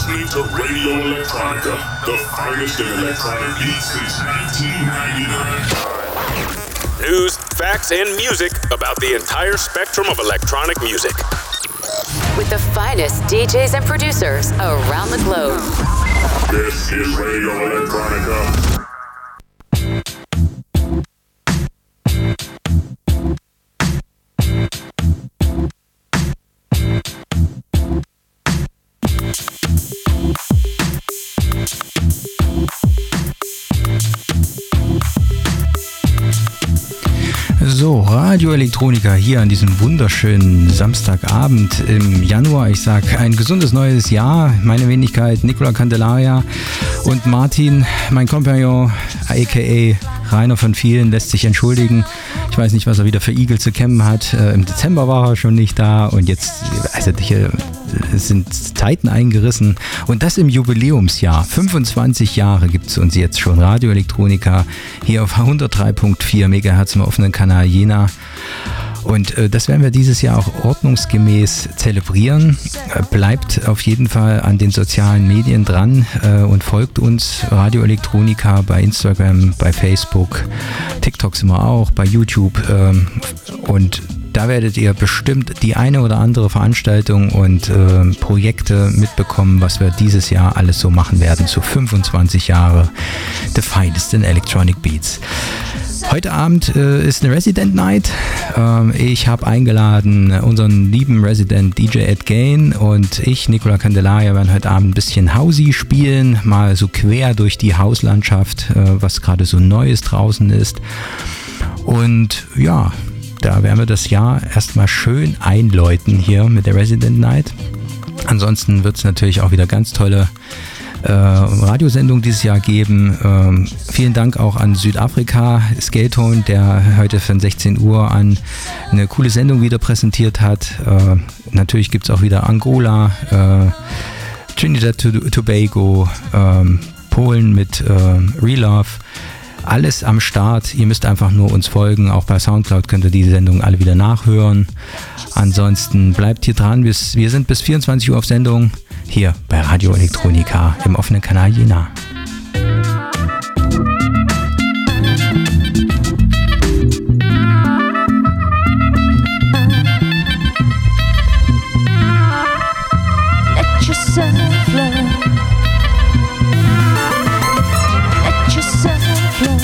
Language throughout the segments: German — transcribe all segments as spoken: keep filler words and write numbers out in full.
listening to Radio Electronica, the finest in electronic beats since nineteen ninety-nine. News, facts, and music about the entire spectrum of electronic music. With the finest D Js and producers around the globe. This is Radio Electronica. So, Radio Electronica hier an diesem wunderschönen Samstagabend im Januar. Ich sage ein gesundes neues Jahr. Meine Wenigkeit Nicola Candelaria und Martin, mein Kompagnon, aka Rainer von vielen, lässt sich entschuldigen. Ich weiß nicht, was er wieder für Igel zu kämmen hat. Äh, Im Dezember war er schon nicht da und jetzt also hier sind Zeiten eingerissen. Und das im Jubiläumsjahr. fünfundzwanzig Jahre gibt es uns jetzt schon. Radio Electronica hier auf hundertdrei Komma vier Megahertz im offenen Kanal Jena. Und äh, das werden wir dieses Jahr auch ordnungsgemäß zelebrieren. Äh, bleibt auf jeden Fall an den sozialen Medien dran äh, und folgt uns Radio Electronica bei Instagram, bei Facebook, TikTok sind wir auch, bei YouTube. Ähm, und da werdet ihr bestimmt die eine oder andere Veranstaltung und äh, Projekte mitbekommen, was wir dieses Jahr alles so machen werden zu fünfundzwanzig Jahre The Finest in Electronic Beats. Heute Abend äh, ist eine Resident Night. Ähm, ich habe eingeladen unseren lieben Resident D J Ed Gain und ich, Nicola Candelaria, werden heute Abend ein bisschen Housey spielen, mal so quer durch die Hauslandschaft, äh, was gerade so Neues draußen ist. Und ja, da werden wir das Jahr erstmal schön einläuten hier mit der Resident Night. Ansonsten wird es natürlich auch wieder ganz tolle Äh, Radiosendung dieses Jahr geben. Ähm, vielen Dank auch an Südafrika, Skaletone, der heute von sechzehn Uhr an eine coole Sendung wieder präsentiert hat. Äh, natürlich gibt es auch wieder Angola, äh, Trinidad und Tobago, äh, Polen mit äh, Relove. Alles am Start. Ihr müsst einfach nur uns folgen. Auch bei Soundcloud könnt ihr die Sendung alle wieder nachhören. Ansonsten bleibt hier dran. Wir, wir sind bis vierundzwanzig Uhr auf Sendung. Hier bei Radio Electronica im offenen Kanal Jena. Let yourself flow. Let yourself flow.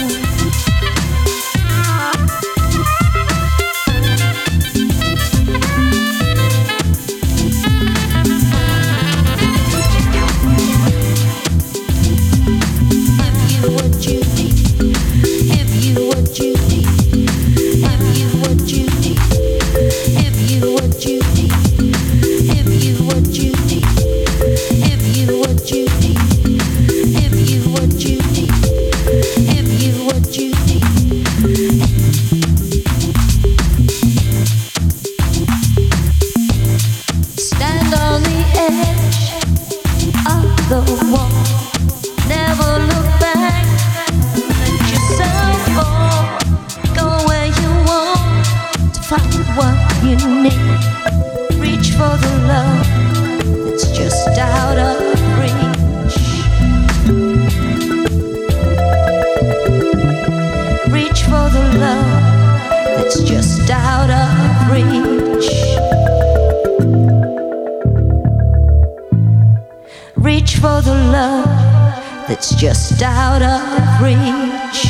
Just out of reach.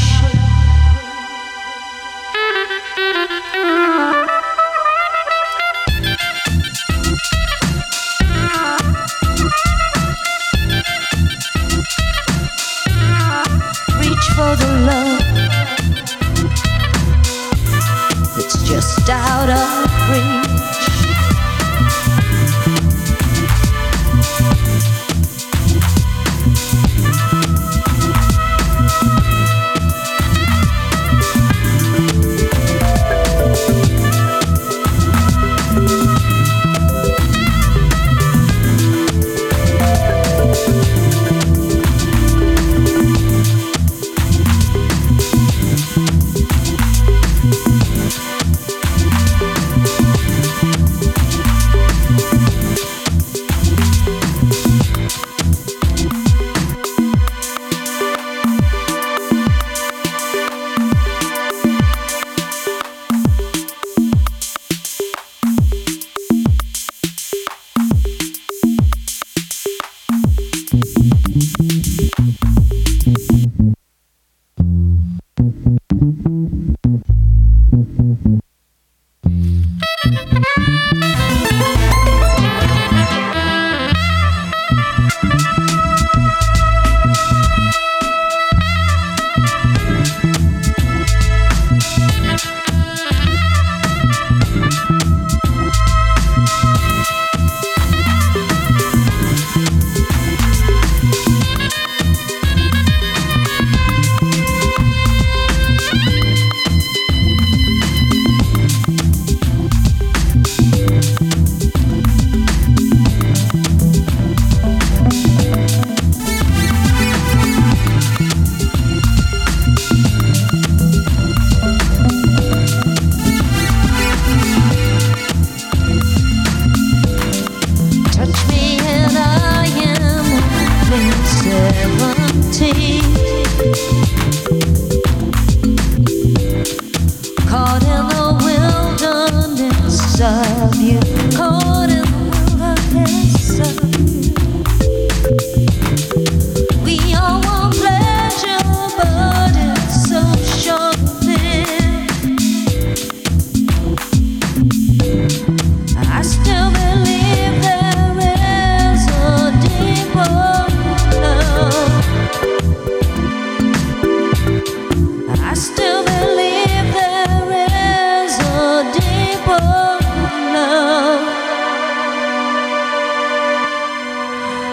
Reach for the love that's just out of reach.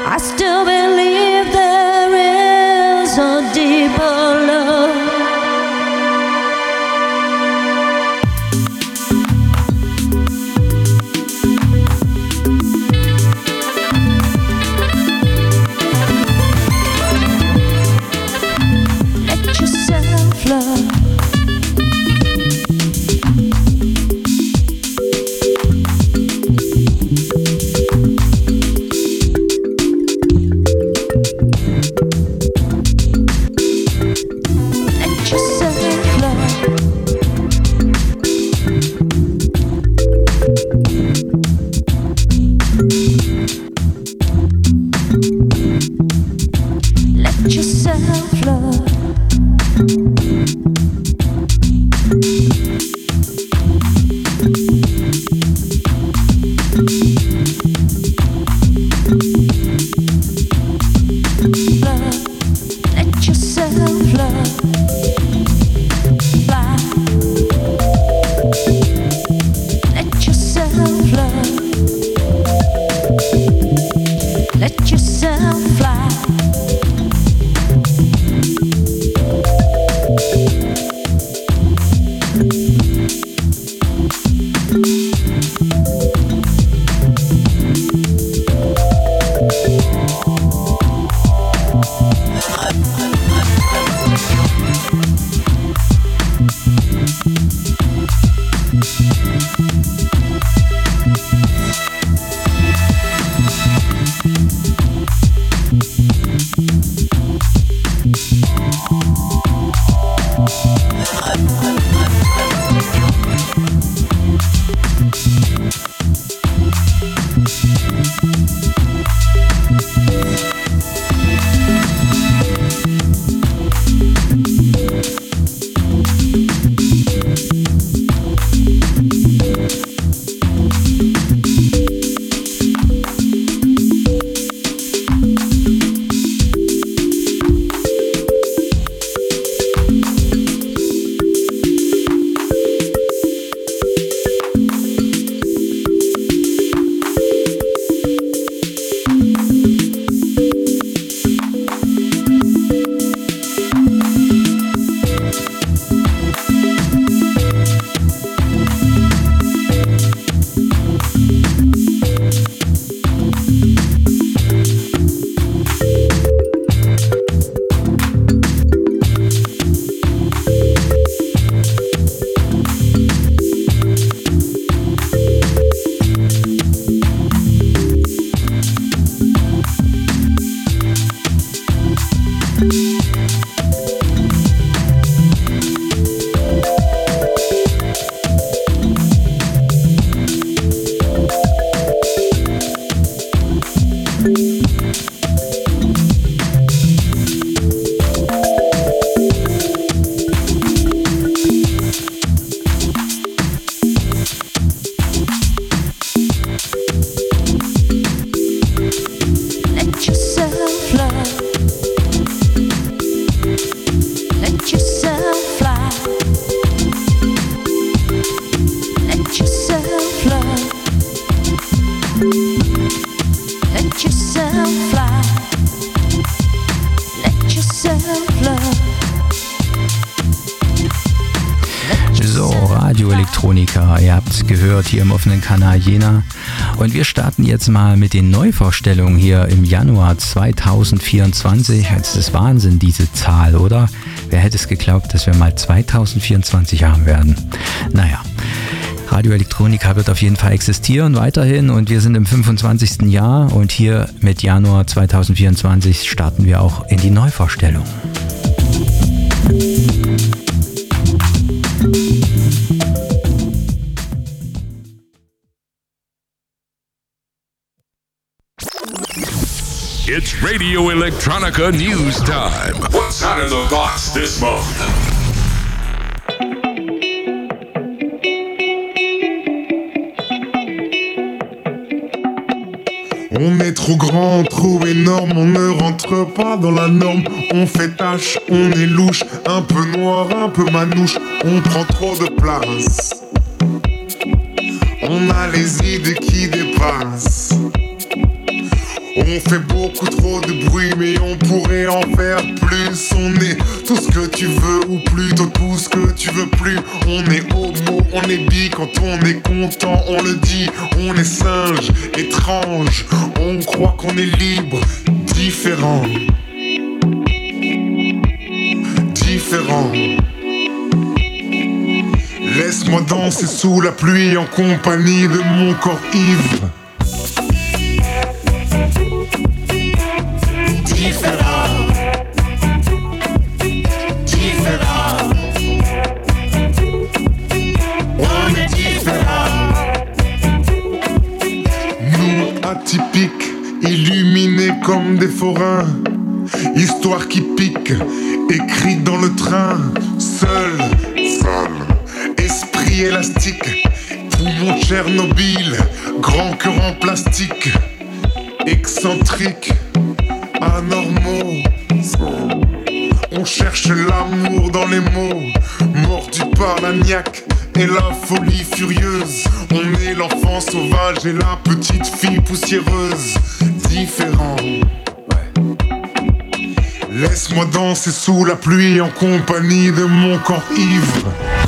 I still believe there is a deeper love. Let yourself love. Ihr habt gehört hier im offenen Kanal Jena. Und wir starten jetzt mal mit den Neuvorstellungen hier im Januar zweitausendvierundzwanzig. Das ist Wahnsinn, diese Zahl, oder? Wer hätte es geglaubt, dass wir mal zweitausendvierundzwanzig haben werden? Naja. Radio Electronica wird auf jeden Fall existieren weiterhin und wir sind im fünfundzwanzigsten Jahr und hier mit Januar zweitausendvierundzwanzig starten wir auch in die Neuvorstellung. It's Radio Electronica News Time. What's out of the box this month? On est trop grand, trop énorme, on ne rentre pas dans la norme. On fait tâche, on est louche, un peu noir, un peu manouche. On prend trop de place. On a les idées qui dépassent. On fait beaucoup trop de bruit, mais on pourrait en faire plus. On est tout ce que tu veux, ou plutôt tout ce que tu veux plus. On est homo, on est bi, quand on est content, on le dit. On est singe, étrange, on croit qu'on est libre, différent. Différent. Laisse-moi danser sous la pluie en compagnie de mon corps ivre. Différent. Différent. On est différent. Nous atypiques, illuminés comme des forains. Histoire qui pique, écrite dans le train. Seul, sale, esprit élastique. Poumon Tchernobyl, grand cœur en plastique. Excentrique, anormaux. On cherche l'amour dans les mots. Mordu par la niaque et la folie furieuse. On est l'enfant sauvage et la petite fille poussiéreuse. Différent. Laisse-moi danser sous la pluie en compagnie de mon corps ivre.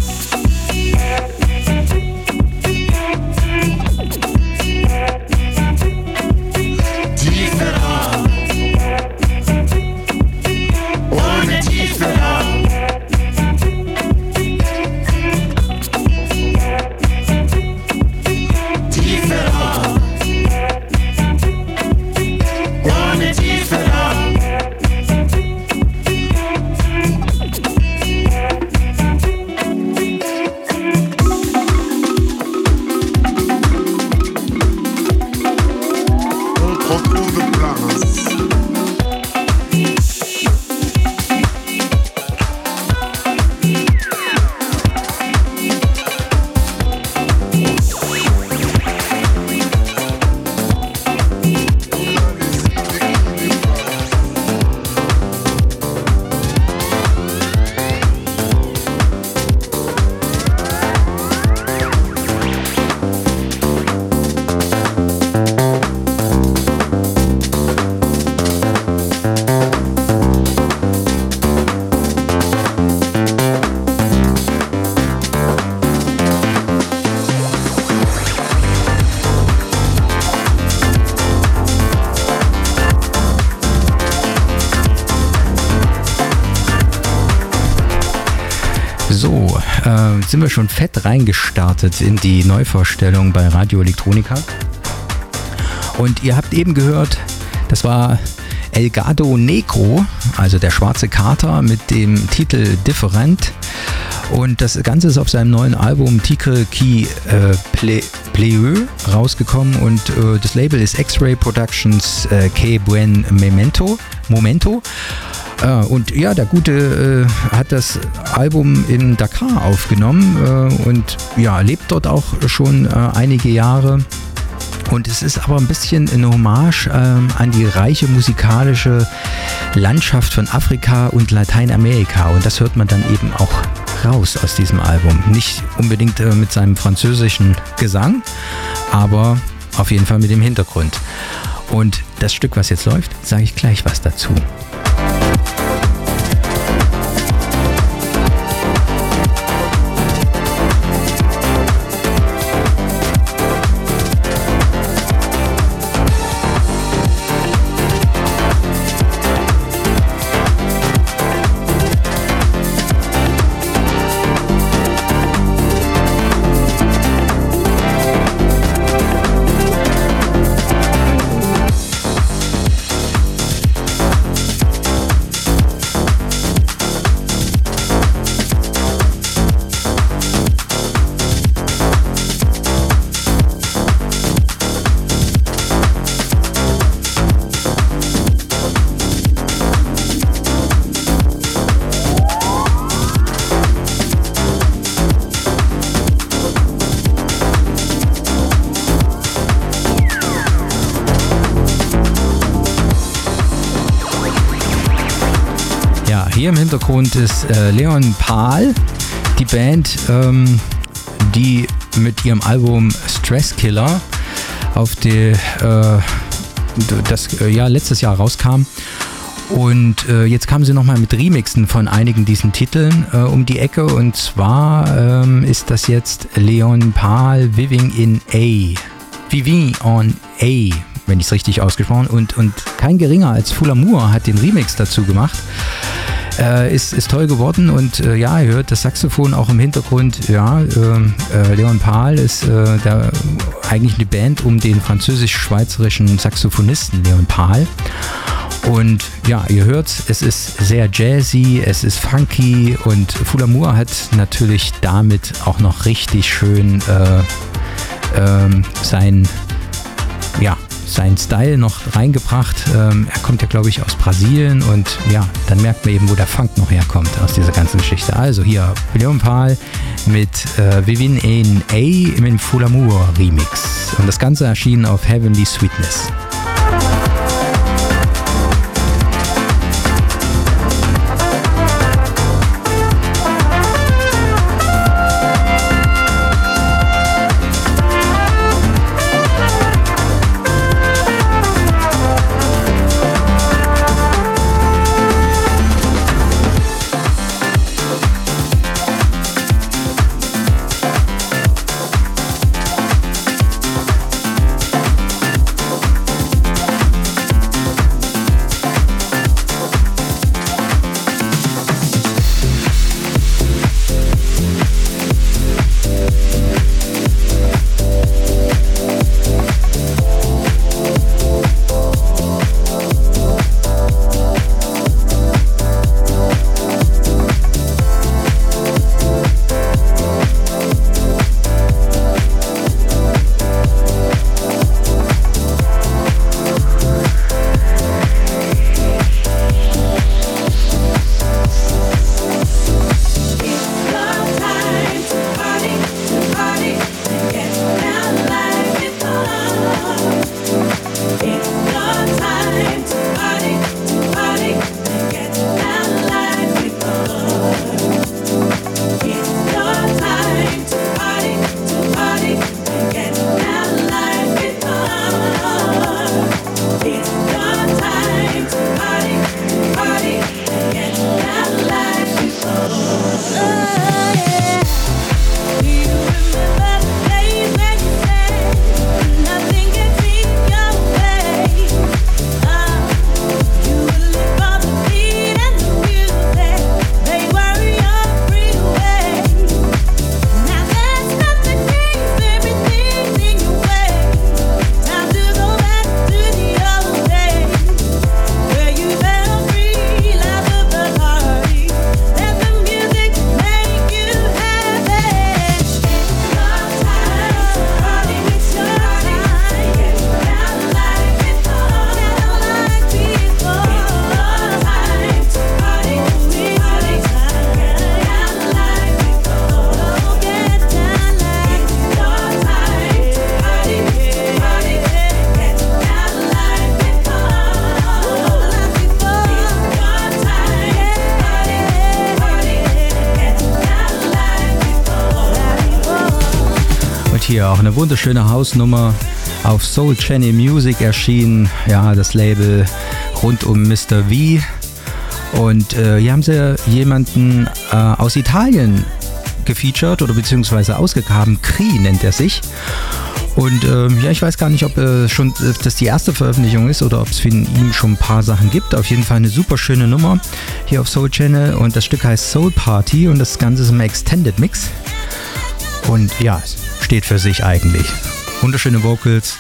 Différent. On est différent. Différent. On est différent. So, äh, sind wir schon fett reingestartet in die Neuvorstellung bei Radio Electronica. Und ihr habt eben gehört, das war El Gato Negro, also der schwarze Kater mit dem Titel Different. Und das Ganze ist auf seinem neuen Album Tigre qui äh, Ple- Pleu rausgekommen und äh, das Label ist X-Ray Productions äh, Que Buen Memento. Momento. Äh, und ja, der Gute äh, hat das Album in Dakar aufgenommen äh, und ja, lebt dort auch schon äh, einige Jahre. Und es ist aber ein bisschen eine Hommage ähm, an die reiche musikalische Landschaft von Afrika und Lateinamerika. Und das hört man dann eben auch raus aus diesem Album. Nicht unbedingt äh, mit seinem französischen Gesang, aber auf jeden Fall mit dem Hintergrund. Und das Stück, was jetzt läuft, sage ich gleich was dazu. Hier im Hintergrund ist äh, Leon Pahl, die Band, ähm, die mit ihrem Album Stress Killer auf die, äh, das äh, ja letztes Jahr rauskam. Und äh, jetzt kamen sie nochmal mit Remixen von einigen diesen Titeln äh, um die Ecke. Und zwar ähm, ist das jetzt Leon Pahl, Viving in A. Viving on A, wenn ich es richtig ausgesprochen habe. Und, und kein geringer als Ful Amour hat den Remix dazu gemacht. Äh, ist, ist toll geworden und äh, ja, ihr hört das Saxophon auch im Hintergrund. Ja, äh, Leon Pahl ist äh, der, eigentlich eine Band um den französisch-schweizerischen Saxophonisten Leon Pahl. Und ja, ihr hört, es ist sehr jazzy, es ist funky und Ful Amour hat natürlich damit auch noch richtig schön äh, äh, sein, ja, seinen Style noch reingebracht. Ähm, er kommt ja, glaube ich, aus Brasilien und ja, dann merkt man eben, wo der Funk noch herkommt aus dieser ganzen Geschichte. Also hier Leon Pahl mit äh, Vivin in A im Ful Amour Remix. Und das Ganze erschien auf Heavenly Sweetness. Hier auch eine wunderschöne Hausnummer auf Soul Channel Music erschienen. Ja, das Label rund um Mister V. Und äh, hier haben sie jemanden äh, aus Italien gefeatured oder beziehungsweise ausgegraben. Cree nennt er sich. Und äh, ja, ich weiß gar nicht, ob äh, schon äh, das die erste Veröffentlichung ist oder ob es von ihm schon ein paar Sachen gibt. Auf jeden Fall eine super schöne Nummer hier auf Soul Channel. Und das Stück heißt Soul Party und das Ganze ist im Extended Mix. Und ja, steht für sich eigentlich. Wunderschöne Vocals,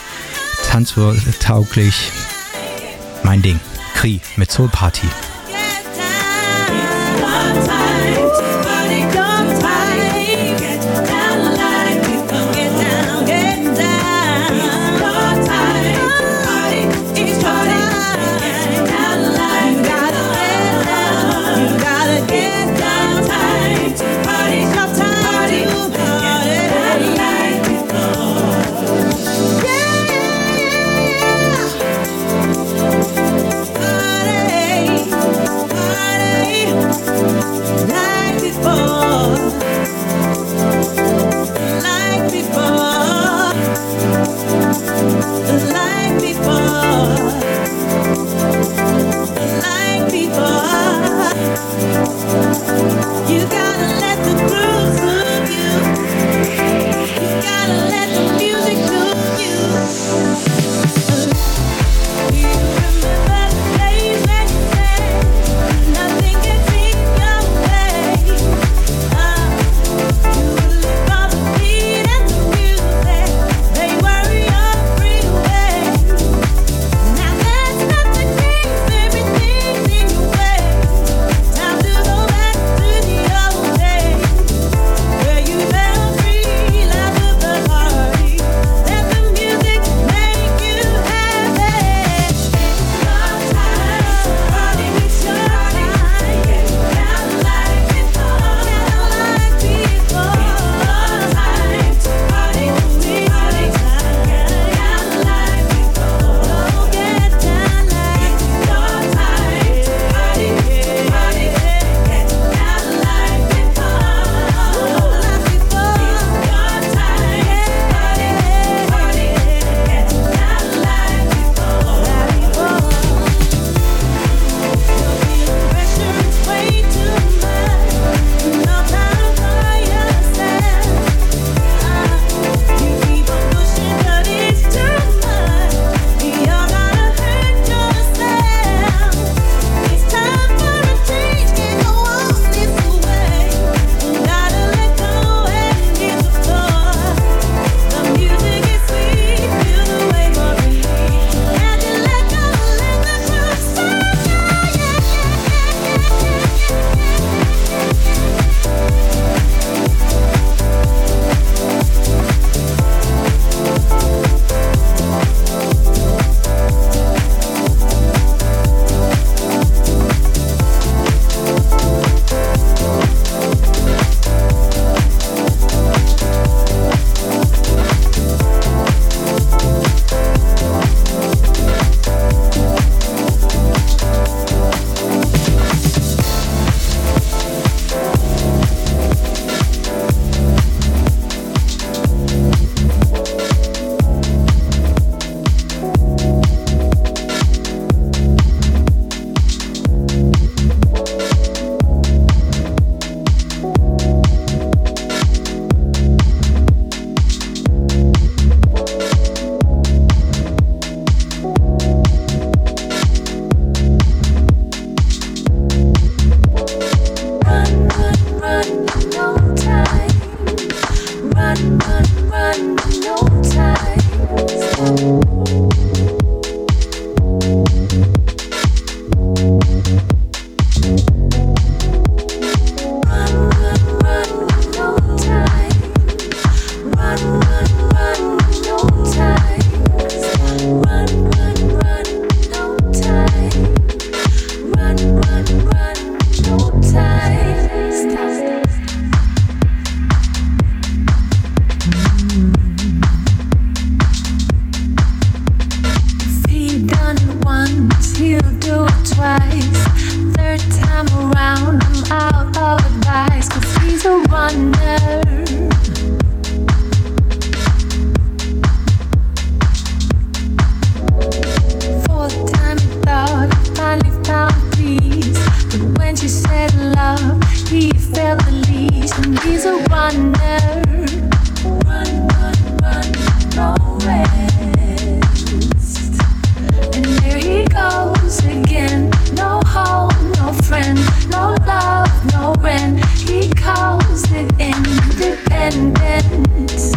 tanztauglich. Mein Ding. Cree mit Soul Party. Party. once, he'll do it twice. Third time around, I'm out of advice, 'cause he's a runner. Fourth time he thought he finally found peace, but when she said love, he felt the leash, and he's a runner. Run, run, run, no rest. And there he goes again. No home, no friend, no love, no rent. He calls it independence.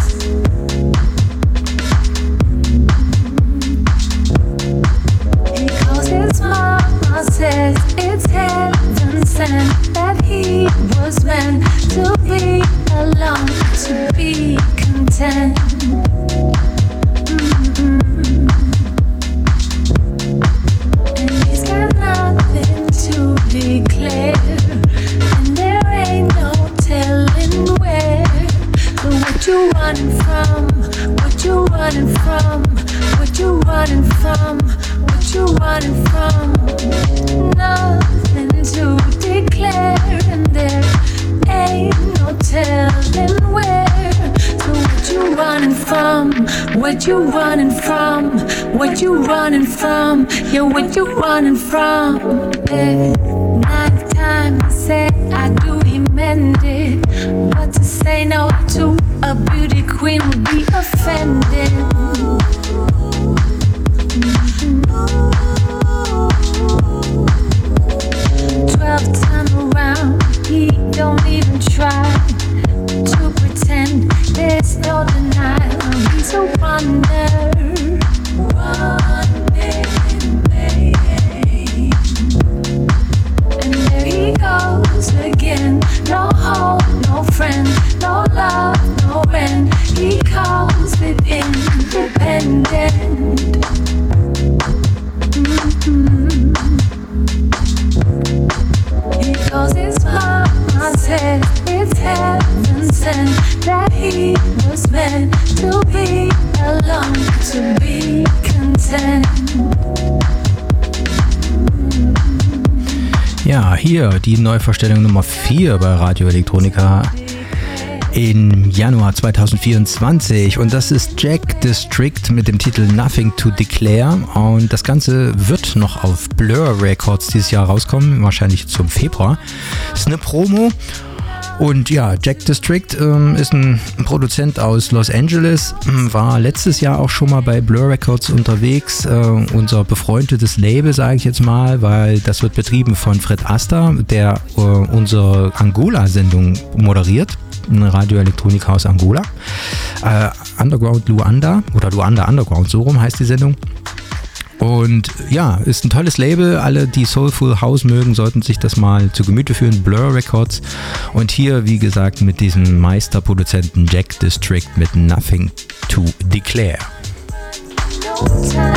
He calls his mama, says it's heaven sent, that he was meant to be alone, to be content. Mm-hmm. And he's got nothing to declare, and there ain't no telling where. So what you running from? What you running from? What you running from? What you running from? Nothing to declare, and there ain't no telling where. So what you running from? What you running from? What you running from? Yeah, what you running from? Yeah. Ninth time he said I do, he meant it. But to say no to a beauty queen would be offended. Twelfth time around, he don't even try to pretend there's no denial. He's a wonder, running, babe. And there he goes again. No home, no friend, no love, no rent. He calls it independent. Mm-hmm. He calls his mama, says it's heaven sent, that he was meant to be alone, to be content. Ja, hier die Neuvorstellung Nummer vier bei Radio Electronica im Januar zwanzig vierundzwanzig, und das ist Jack District mit dem Titel Nothing to Declare, und das Ganze wird noch auf Blur Records dieses Jahr rauskommen, wahrscheinlich zum Februar. Das ist eine Promo. Und ja, Jack District ähm, ist ein, ein Produzent aus Los Angeles, war letztes Jahr auch schon mal bei Blur Records unterwegs, äh, unser befreundetes Label, sage ich jetzt mal, weil das wird betrieben von Fred Asta, der äh, unsere Angola-Sendung moderiert, Radio Electronica aus Angola. Äh, Underground Luanda oder Luanda Underground, so rum heißt die Sendung. Und ja, ist ein tolles Label. Alle, die Soulful House mögen, sollten sich das mal zu Gemüte führen. Blur Records. Und hier, wie gesagt, mit diesem Meisterproduzenten Jack District mit Nothing to Declare. No time.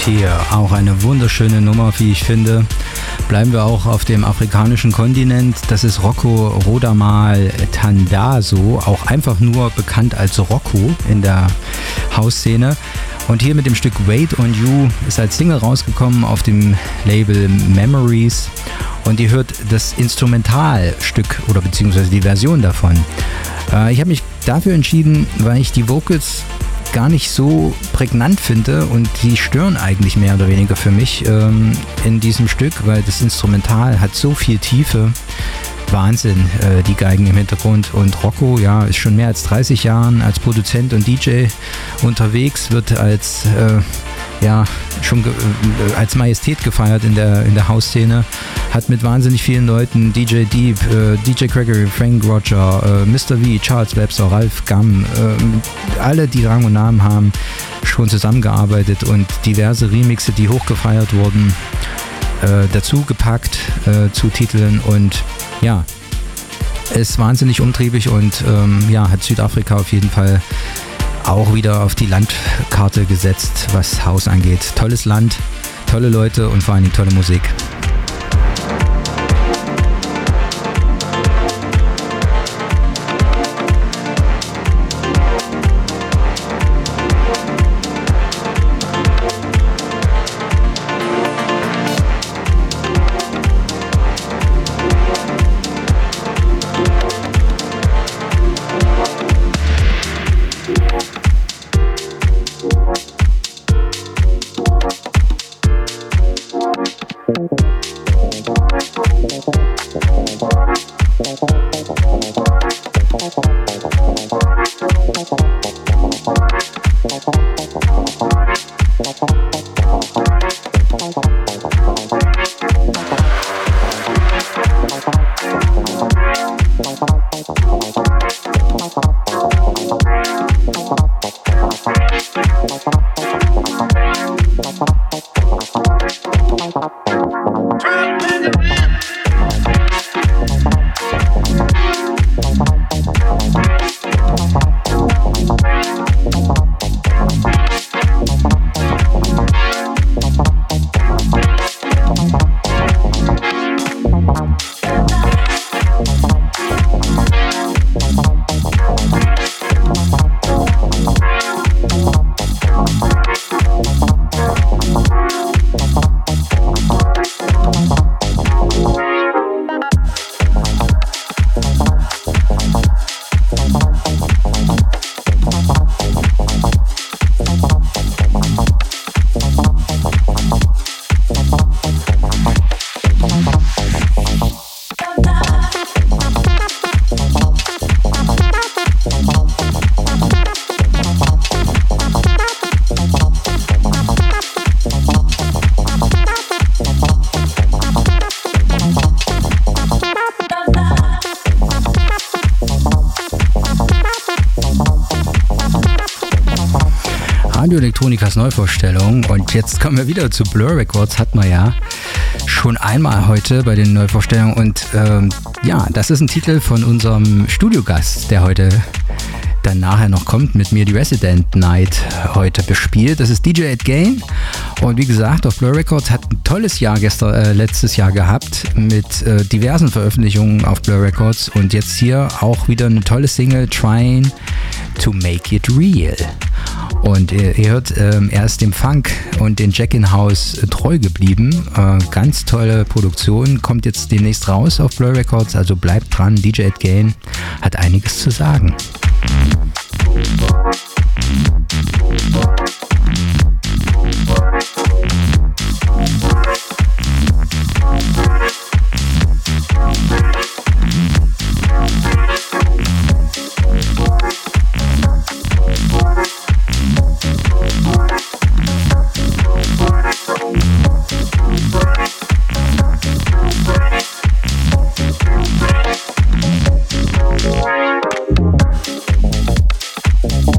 Here, auch eine wunderschöne Nummer, wie ich finde. Bleiben wir auch auf dem afrikanischen Kontinent. Das ist Rocco Rodamal Tandazo, auch einfach nur bekannt als Rocco in der Hausszene. Und hier mit dem Stück Wait on You ist als Single rausgekommen auf dem Label Memories. Und ihr hört das Instrumentalstück oder beziehungsweise die Version davon. Äh, ich habe mich dafür entschieden, weil ich die Vocals gar nicht so prägnant finde und die stören eigentlich mehr oder weniger für mich ähm, in diesem Stück, weil das Instrumental hat so viel Tiefe. Wahnsinn, äh, die Geigen im Hintergrund. Und Rocco, ja, ist schon mehr als dreißig Jahren als Produzent und D J unterwegs, wird als äh, ja, schon ge- äh, als Majestät gefeiert in der, in der Hausszene, hat mit wahnsinnig vielen Leuten, D J Deep, äh, D J Gregory, Frank Roger, äh, Mister V, Charles Webster, Ralph Gamm, äh, alle, die Rang und Namen haben, schon zusammengearbeitet und diverse Remixe, die hochgefeiert wurden, äh, dazu gepackt äh, zu Titeln und ja, ist wahnsinnig umtriebig und ähm, ja, hat Südafrika auf jeden Fall auch wieder auf die Landkarte gesetzt, was House angeht. Tolles Land, tolle Leute und vor allem tolle Musik. Elektronikas Neuvorstellung und jetzt kommen wir wieder zu Blur Records, hatten wir ja schon einmal heute bei den Neuvorstellungen und ähm, ja, das ist ein Titel von unserem Studiogast, der heute dann nachher noch kommt, mit mir die Resident Night heute bespielt. Das ist D J Ed Gain und wie gesagt, auf Blur Records hat ein tolles Jahr gestern, äh, letztes Jahr gehabt mit äh, diversen Veröffentlichungen auf Blur Records und jetzt hier auch wieder eine tolle Single, Trying to Make It Real. Und ihr, ihr hört, ähm, er ist dem Funk und den Jack-in House treu geblieben. Äh, ganz tolle Produktion, kommt jetzt demnächst raus auf Blur Records, also bleibt dran. D J Ed Gain hat einiges zu sagen. We'll be right back.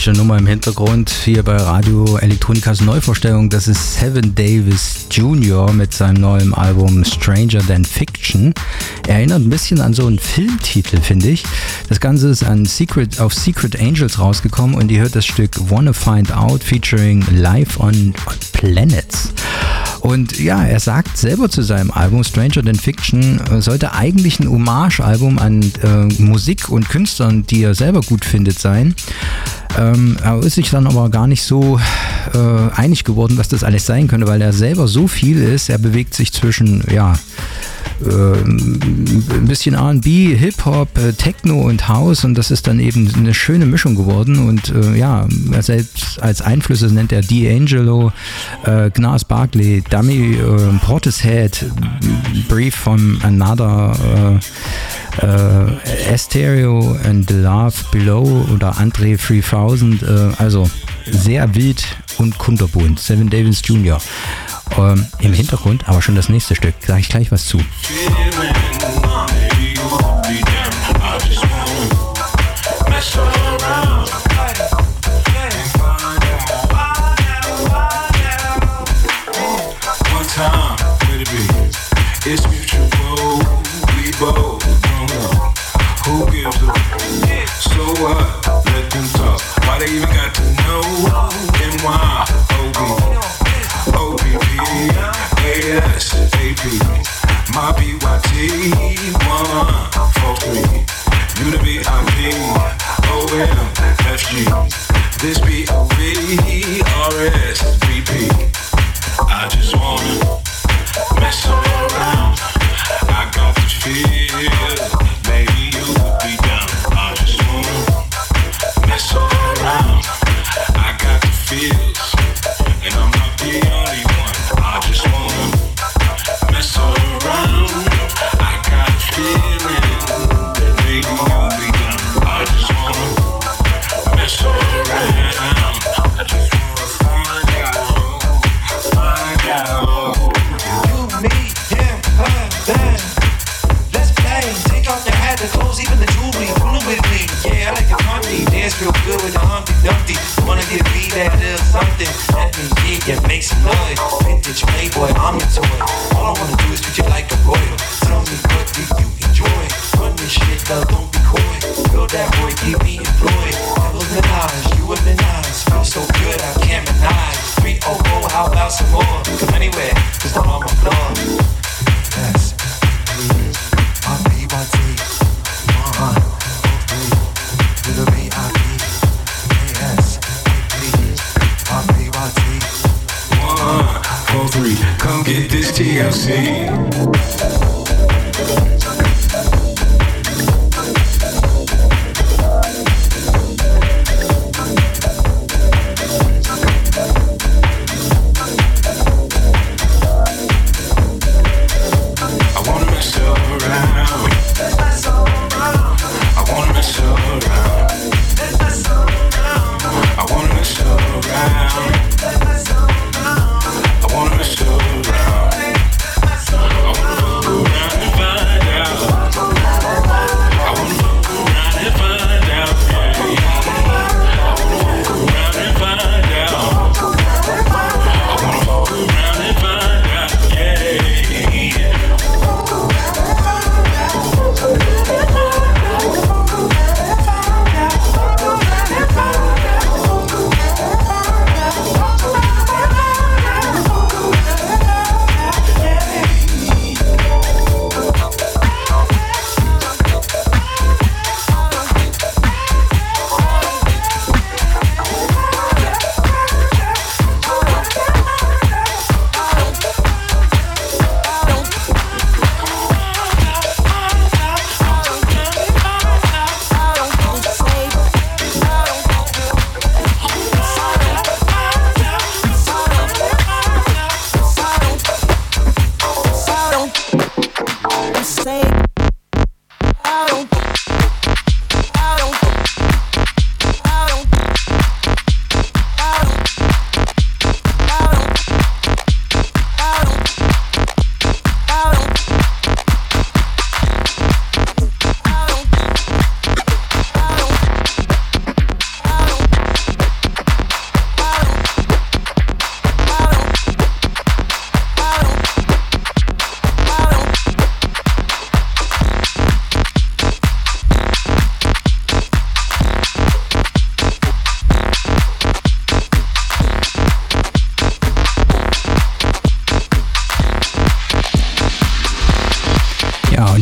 sympathische Nummer im Hintergrund hier bei Radio Elektronikas Neuvorstellung. Das ist Seven Davis Junior mit seinem neuen Album Stranger Than Fiction. Erinnert ein bisschen an so einen Filmtitel, finde ich. Das Ganze ist an Secret, auf Secret Angels rausgekommen und ihr hört das Stück Wanna Find Out featuring Live on Planets. Und ja, er sagt selber zu seinem Album Stranger Than Fiction sollte eigentlich ein Hommage-Album an äh, Musik und Künstlern, die er selber gut findet, sein. Ähm, er ist sich dann aber gar nicht so äh, einig geworden, was das alles sein könnte, weil er selber so viel ist. Er bewegt sich zwischen, ja, äh, ein bisschen R and B, Hip-Hop, äh, Techno und House und das ist dann eben eine schöne Mischung geworden und äh, ja, er selbst als Einflüsse nennt er D'Angelo, äh, Gnars Barkley, Dummy, äh, Portishead, Brief from Another, äh, äh, Asterio and the Love Below oder Andre dreitausend, äh, also sehr wild und kunterbunt. Seven Davis Junior Ähm, im Hintergrund, aber schon das nächste Stück, sage ich gleich was zu. It's mutual, we both don't know who gives a so what, let them talk, why they even got to know, and why, O B, O P P, A S, A P, my B Y T, one, four, three, you the V I P, O M, F G, this B O V, R S, V P, I just wanna mess around, I got the feel, maybe you would be down. I just wanna mess around, I got the feels, and I'm not the only one. I just wanna mess around, I got a feeling that maybe you'll be down. I just wanna mess around, I just wanna find out, find out. Me, him, her, them. Let's play. Take off the hat, the clothes, even the jewelry. Fooling with me. Yeah, I like the company. Dance real good with the Humpty Dumpty. Wanna get beat at or something? Let me get ya, make some noise. Vintage Playboy, I'm your toy. All I wanna do is treat you like a royal. Tell me what do you enjoy? Run this shit, love, don't be coy. Build that boy, keep me employed. Devil Minaj, you have been nice. Feel so good, I can't deny. three oh oh, how about some more? Come anywhere, just not on my floor. Yes, please, my B Y T, one, to the V I P, yes, please, my B Y T, one, four, three, come get this T L C. I wanna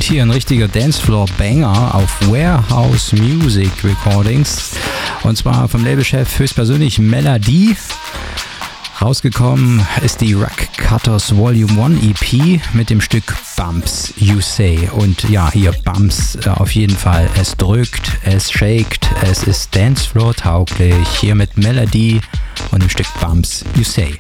Und hier ein richtiger Dancefloor-Banger auf Warehouse Music Recordings. Und zwar vom Labelchef höchstpersönlich Melody. Rausgekommen ist die Ruck Cutters Volume eins E P mit dem Stück Bumps You Say. Und ja, hier Bumps äh, auf jeden Fall. Es drückt, es shakt, es ist Dancefloor tauglich. Hier mit Melody und dem Stück Bumps You Say.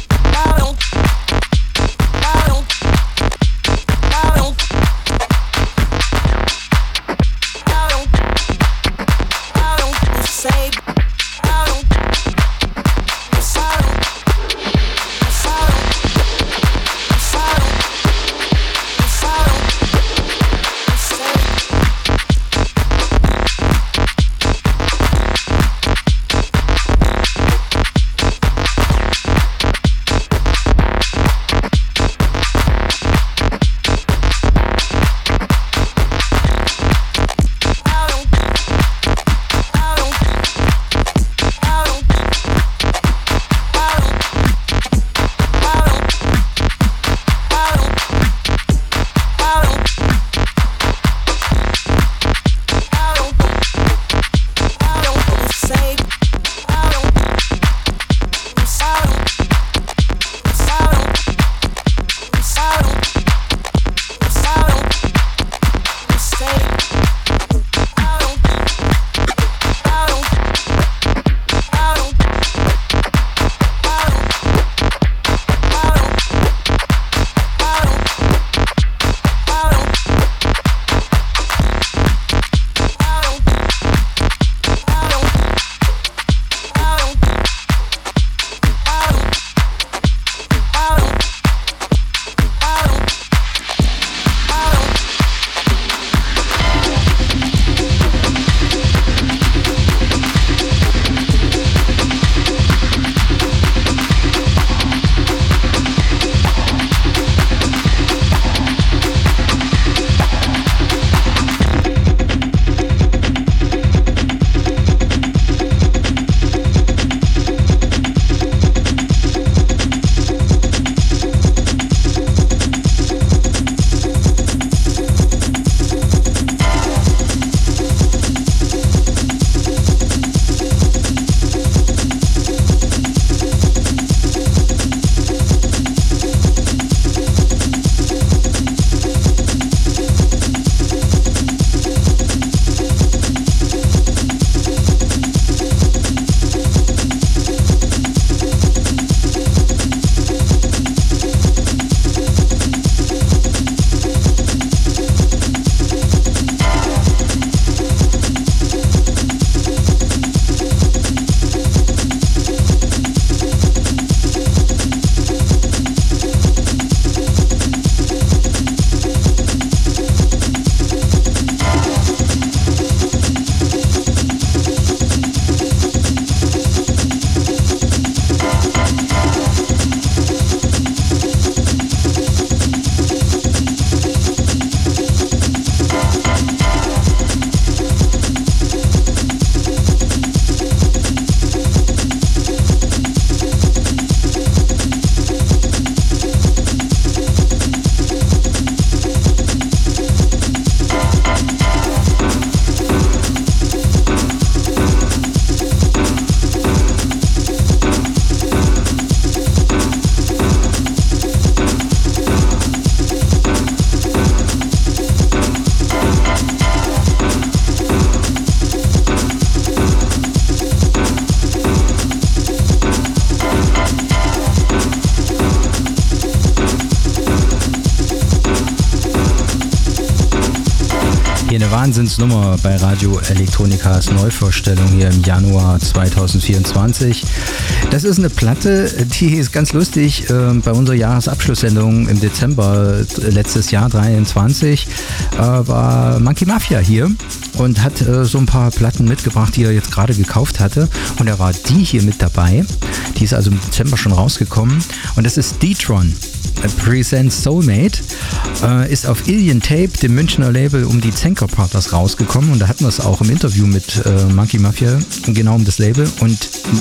Hier eine Wahnsinnsnummer bei Radio Electronikas Neuvorstellung hier im Januar zweitausendvierundzwanzig. Das ist eine Platte, die ist ganz lustig. Äh, bei unserer Jahresabschlusssendung im Dezember letztes Jahr dreiundzwanzig äh, war Monkey Mafia hier und hat äh, so ein paar Platten mitgebracht, die er jetzt gerade gekauft hatte. Und da war die hier mit dabei. Die ist also im Dezember schon rausgekommen. Und das ist D-Tron. Presents Soulmate, äh, ist auf Alien Tape, dem Münchner Label, um die Zenker Brothers rausgekommen, und da hatten wir es auch im Interview mit äh, Monkey Mafia, genau um das Label, und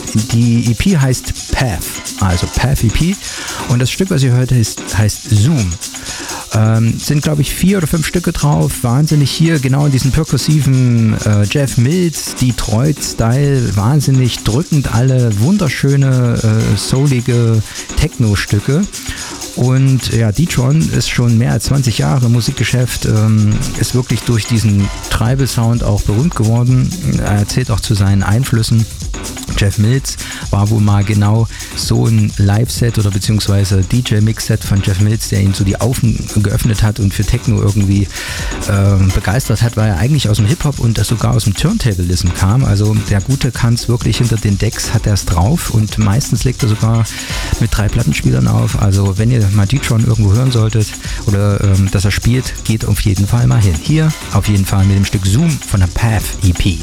die E P heißt Path, also Path E P, und das Stück, was ihr hört, heißt, heißt Zoom. Ähm, sind, glaube ich, vier oder fünf Stücke drauf. Wahnsinnig hier, genau in diesem perkussiven äh, Jeff Mills, Detroit-Style. Wahnsinnig drückend alle wunderschöne, äh, soulige Techno-Stücke. Und ja, D-Tron ist schon mehr als zwanzig Jahre im Musikgeschäft, ähm, ist wirklich durch diesen Tribal-Sound auch berühmt geworden. Er erzählt auch zu seinen Einflüssen. Jeff Mills war wohl mal genau so ein Live-Set oder beziehungsweise D J-Mix-Set von Jeff Mills, der ihm so die Augen geöffnet hat und für Techno irgendwie äh, begeistert hat, weil er eigentlich aus dem Hip-Hop und sogar aus dem Turntablism kam. Also der Gute kann es wirklich hinter den Decks, hat er es drauf und meistens legt er sogar mit drei Plattenspielern auf. Also wenn ihr mal D-Tron irgendwo hören solltet oder ähm, dass er spielt, geht auf jeden Fall mal hin. Hier auf jeden Fall mit dem Stück Zoom von der Path E P.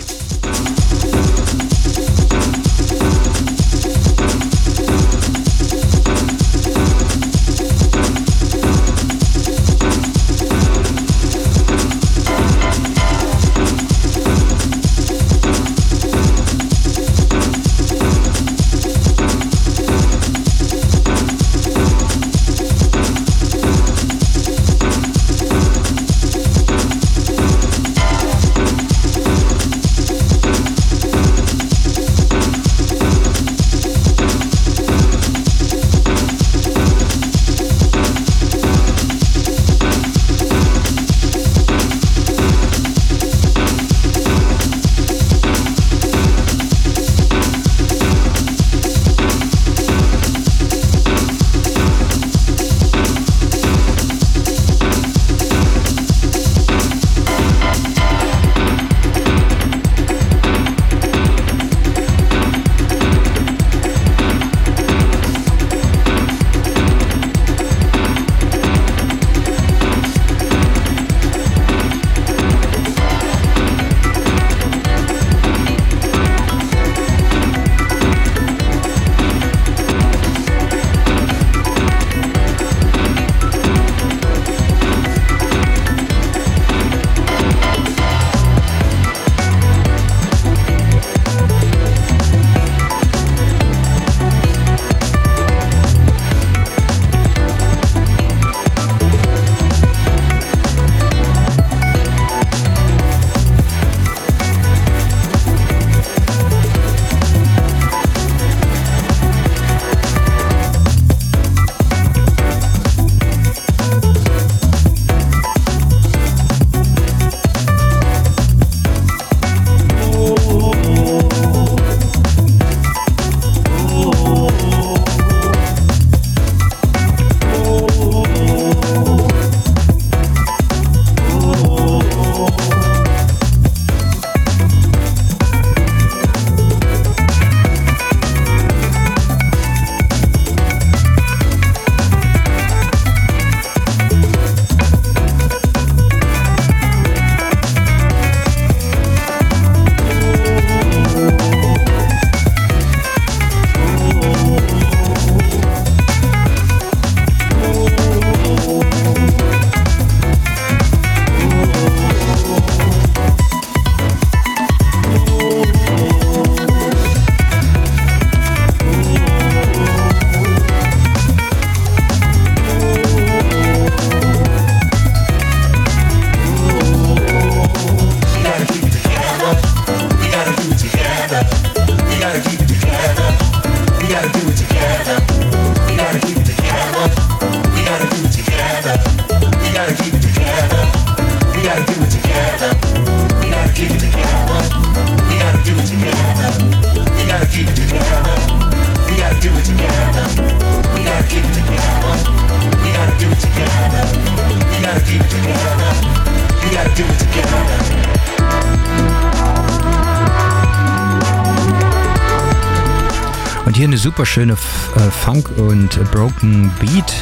Hier eine super schöne äh, Funk- und äh, Broken Beat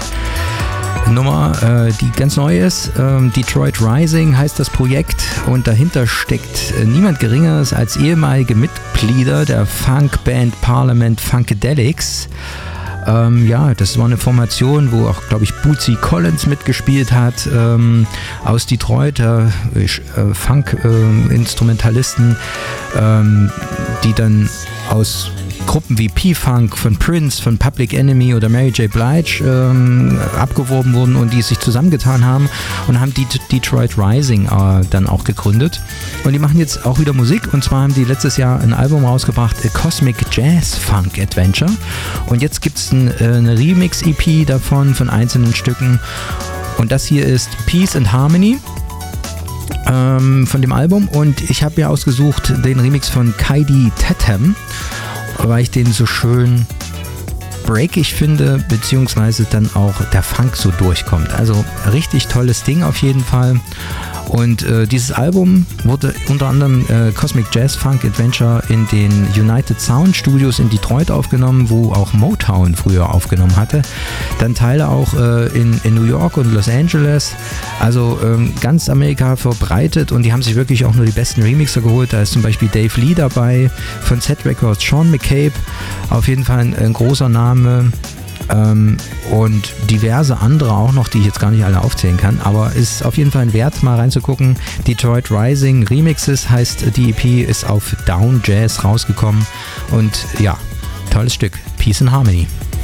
Nummer, äh, die ganz neu ist. Ähm, Detroit Rising heißt das Projekt und dahinter steckt äh, niemand Geringeres als ehemalige Mitglieder der Funkband Parliament Funkadelics. Ähm, ja, das war eine Formation, wo auch, glaube ich, Bootsy Collins mitgespielt hat, ähm, aus Detroit, äh, äh, Funk-Instrumentalisten, äh, ähm, die dann aus Gruppen wie P-Funk, von Prince, von Public Enemy oder Mary J. Blige ähm, abgeworben wurden und die sich zusammengetan haben und haben die Detroit Rising äh, dann auch gegründet. Und die machen jetzt auch wieder Musik, und zwar haben die letztes Jahr ein Album rausgebracht, A Cosmic Jazz Funk Adventure. Und jetzt gibt es ein, äh, eine Remix-E P davon, von einzelnen Stücken. Und das hier ist Peace and Harmony ähm, von dem Album. Und ich habe mir ausgesucht den Remix von Kaidi Tatham, weil ich den so schön breakig finde, beziehungsweise dann auch der Funk so durchkommt. Also richtig tolles Ding auf jeden Fall. Und äh, dieses Album wurde unter anderem äh, Cosmic Jazz Funk Adventure in den United Sound Studios in Detroit aufgenommen, wo auch Motown früher aufgenommen hatte. Dann Teile auch äh, in, in New York und Los Angeles. Also ähm, ganz Amerika verbreitet, und die haben sich wirklich auch nur die besten Remixer geholt. Da ist zum Beispiel Dave Lee dabei, von Set Records Sean McCabe, auf jeden Fall ein, ein großer Name. Ähm, und diverse andere auch noch, die ich jetzt gar nicht alle aufzählen kann, aber ist auf jeden Fall ein Wert, mal reinzugucken. Detroit Rising Remixes heißt die E P, ist auf Down Jazz rausgekommen, und ja, tolles Stück, Peace and Harmony.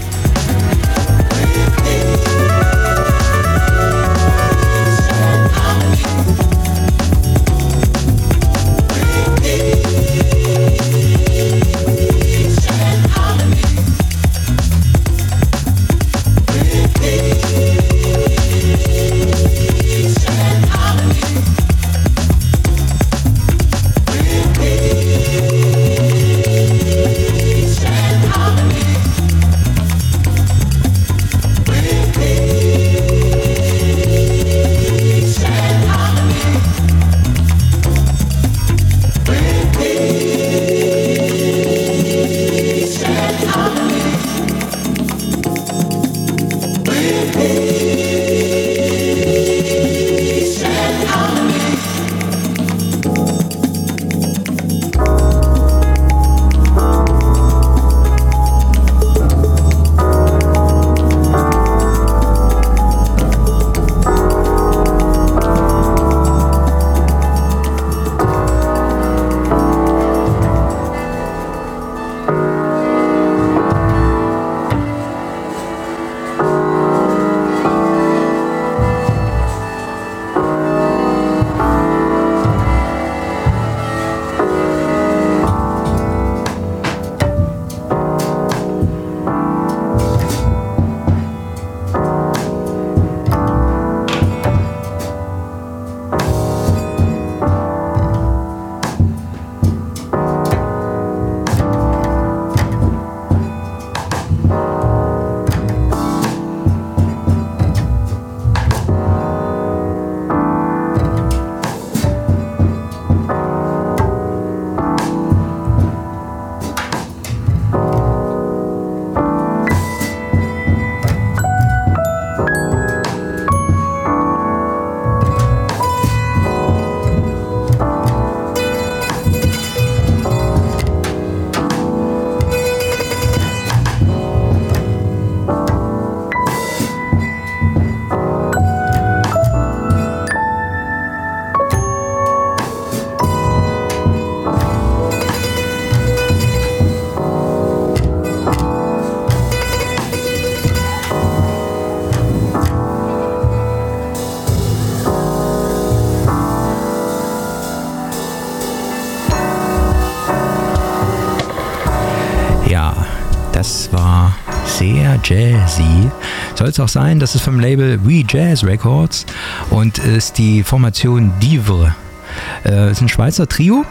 Das war sehr jazzy. Soll es auch sein, das ist vom Label We Jazz Records und ist die Formation Divre. Äh, ist ein Schweizer Trio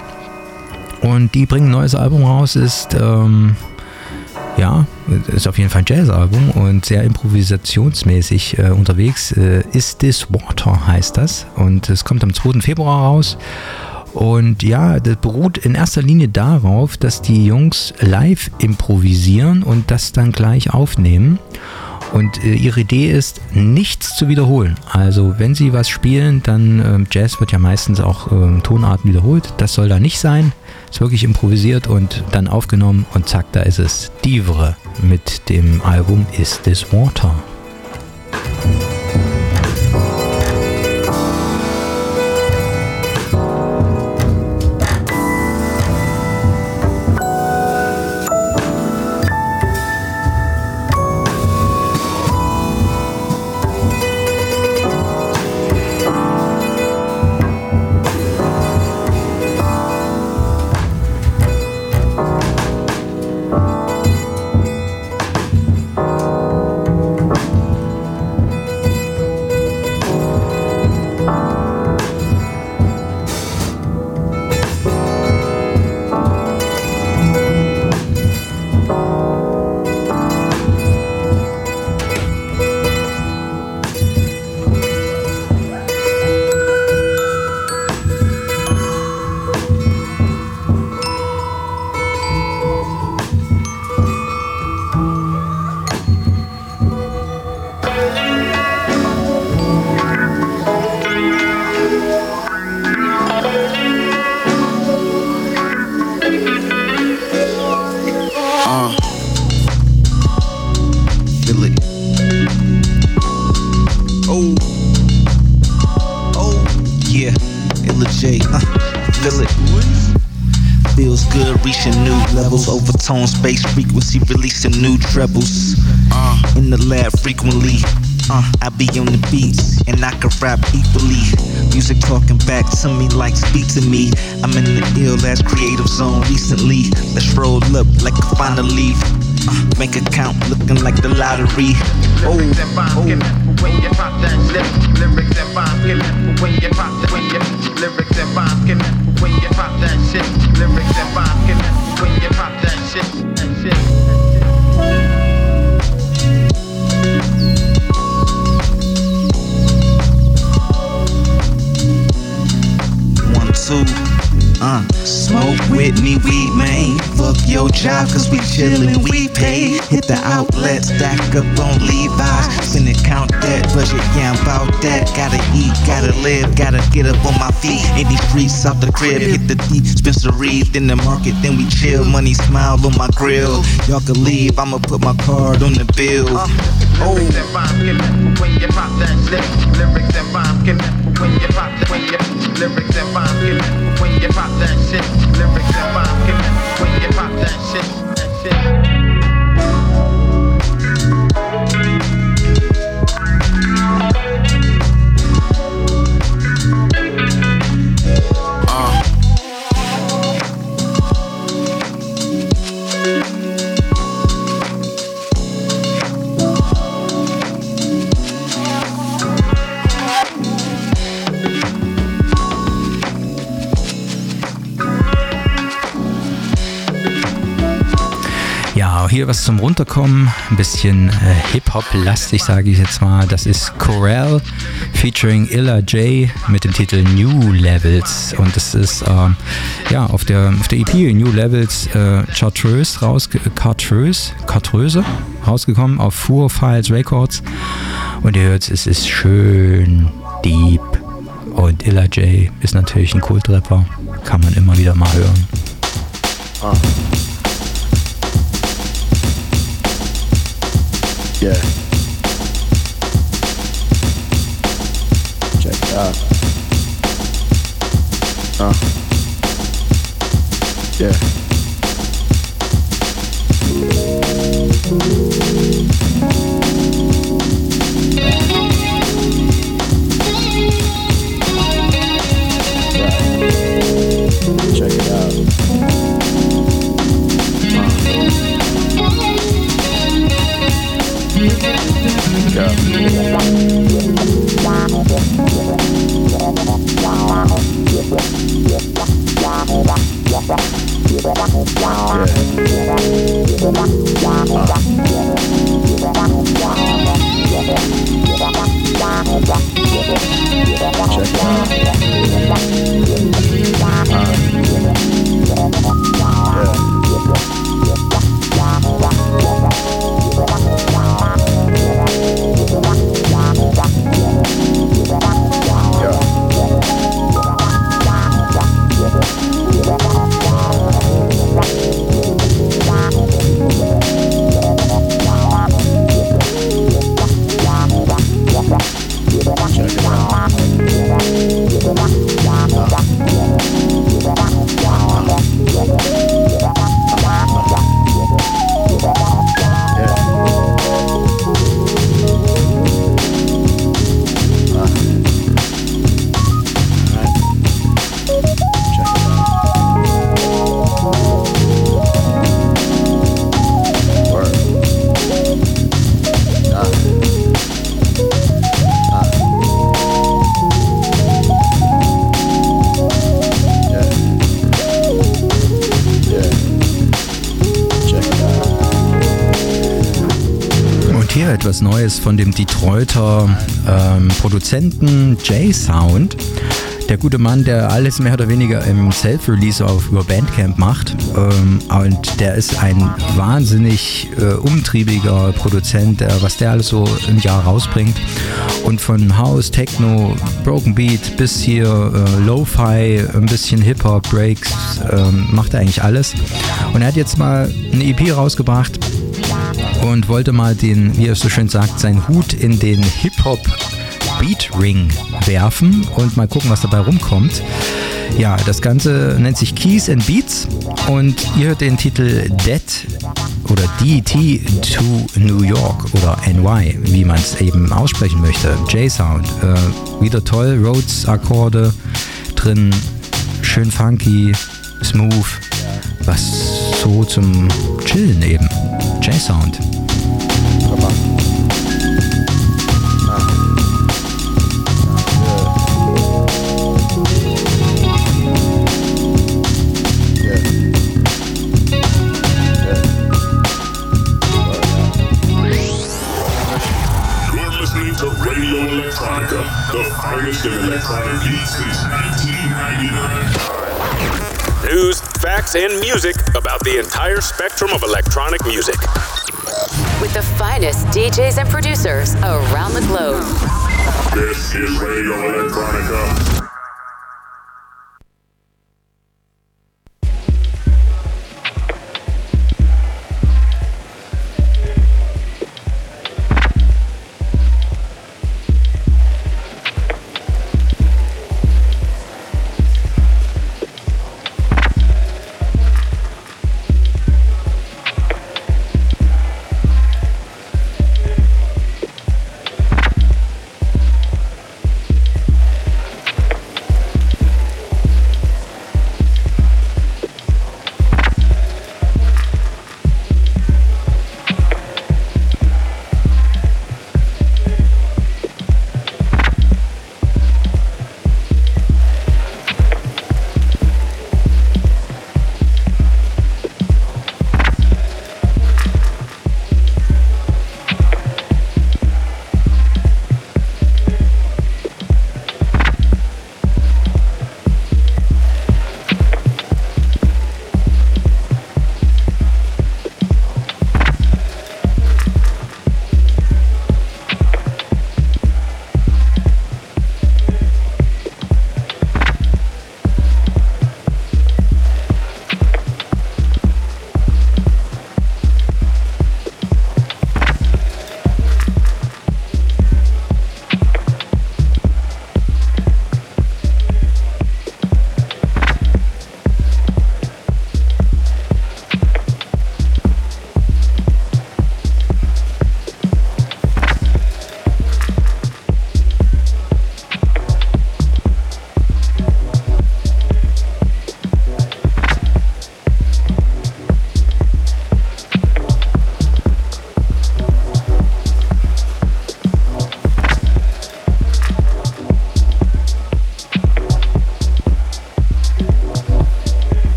und die bringen ein neues Album raus, ist ähm, ja, ist auf jeden Fall ein Jazzalbum und sehr improvisationsmäßig äh, unterwegs. Äh, Is This Water heißt das und es kommt am zweiten Februar raus. Und ja, das beruht in erster Linie darauf, dass die Jungs live improvisieren und das dann gleich aufnehmen. Und äh, ihre Idee ist, nichts zu wiederholen. Also wenn sie was spielen, dann äh, Jazz wird ja meistens auch äh, Tonarten wiederholt. Das soll da nicht sein. Ist wirklich improvisiert und dann aufgenommen und zack, da ist es. Divre mit dem Album Is This Water. Oh, oh, yeah, Illa J, uh, feel it. Feels good, reaching new levels. Overtone space frequency, releasing new trebles. Uh, in the lab frequently. Uh, I be on the beats, and I can rap equally. Music talking back to me like speak to me. I'm in the ill ass creative zone recently. Let's roll up like a final leaf. Uh, bank account looking like the lottery. Oh, lyrics and rhymes oh. can when you pop that shit. Lyrics and rhymes can when you pop that. When you lyrics and rhymes can when you pop that shit. Lyrics and rhymes can when you pop that shit. That shit. One, two, uh, smoke with me, we man. Fuck your job, cause we chillin', we pay. Hit the outlet, stack up on Levi's. Finna count that budget, yeah, I'm about that. Gotta eat, gotta live, gotta get up on my feet. In these streets, off the crib, hit the dispensary, then the market, then we chill. Money smile on my grill. Y'all can leave, I'ma put my card on the bill. Uh, lyrics and rhymes can when you pop that shit. Lyrics and rhymes can when you pop that. When you lyrics and rhymes can when you pop that shit. Lyrics and rhymes can when you pop that shit. That shit. Hier was zum Runterkommen, ein bisschen äh, Hip-Hop-lastig, sage ich jetzt mal. Das ist Corel featuring Illa J mit dem Titel New Levels. Und das ist äh, ja, auf der, auf der E P New Levels äh, Chartreuse, rausge- Chartreuse, Chartreuse rausgekommen auf Fur Files Records. Und ihr hört, es ist schön deep. Und Illa J ist natürlich ein Kultrapper, kann man immer wieder mal hören. Ah. Yeah. Check it out. Uh. Yeah. Right. Check it out. Etwas Neues von dem Detroiter ähm, Produzenten J-Sound. Der gute Mann, der alles mehr oder weniger im Self-Release auf über Bandcamp macht. Ähm, und der ist ein wahnsinnig äh, umtriebiger Produzent, der, was der alles so im Jahr rausbringt. Und von House, Techno, Broken Beat bis hier äh, Lo-Fi, ein bisschen Hip-Hop, Breaks, äh, macht er eigentlich alles. Und er hat jetzt mal eine E P rausgebracht und wollte mal den, wie er so schön sagt, seinen Hut in den Hip-Hop Beat Ring werfen und mal gucken, was dabei rumkommt. Ja, das Ganze nennt sich Keys and Beats und ihr hört den Titel Dead oder D T to New York oder N Y, wie man es eben aussprechen möchte. J-Sound, äh, wieder toll, Rhodes-Akkorde drin, schön funky, smooth, was so zum Chillen eben. J-Sound. The finest in electronic beats since nineteen ninety-nine. News, facts, and music about the entire spectrum of electronic music. With the finest D Js and producers around the globe. This is Radio Electronica.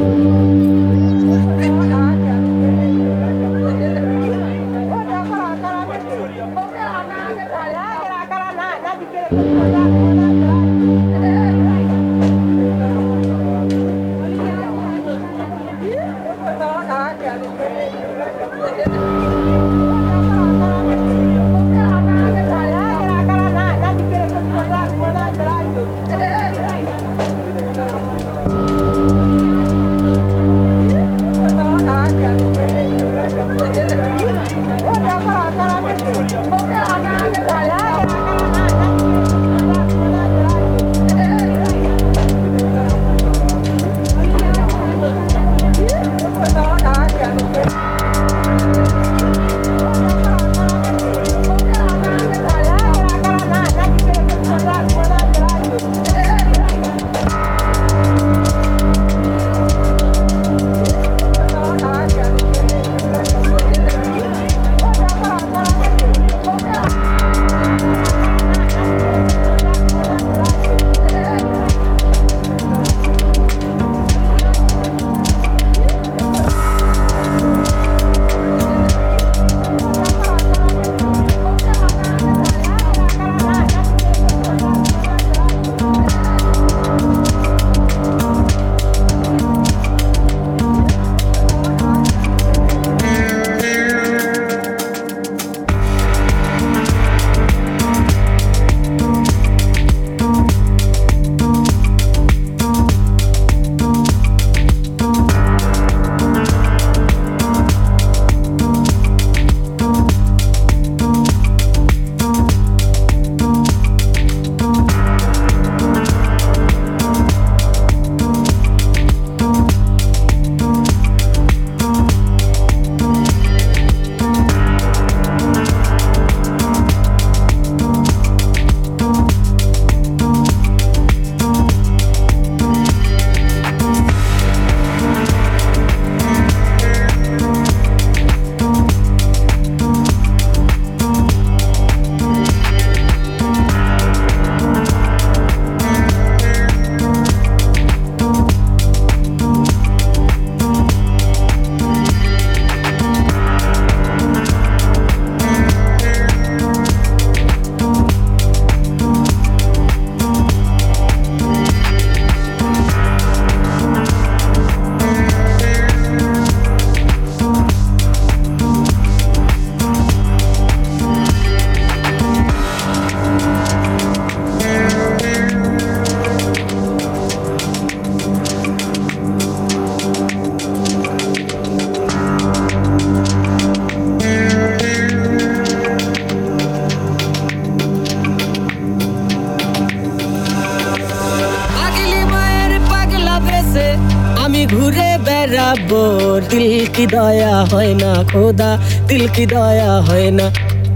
বেড়াবো দিল কি দয়া হয় না খোদা দিল কি দয়া হয় না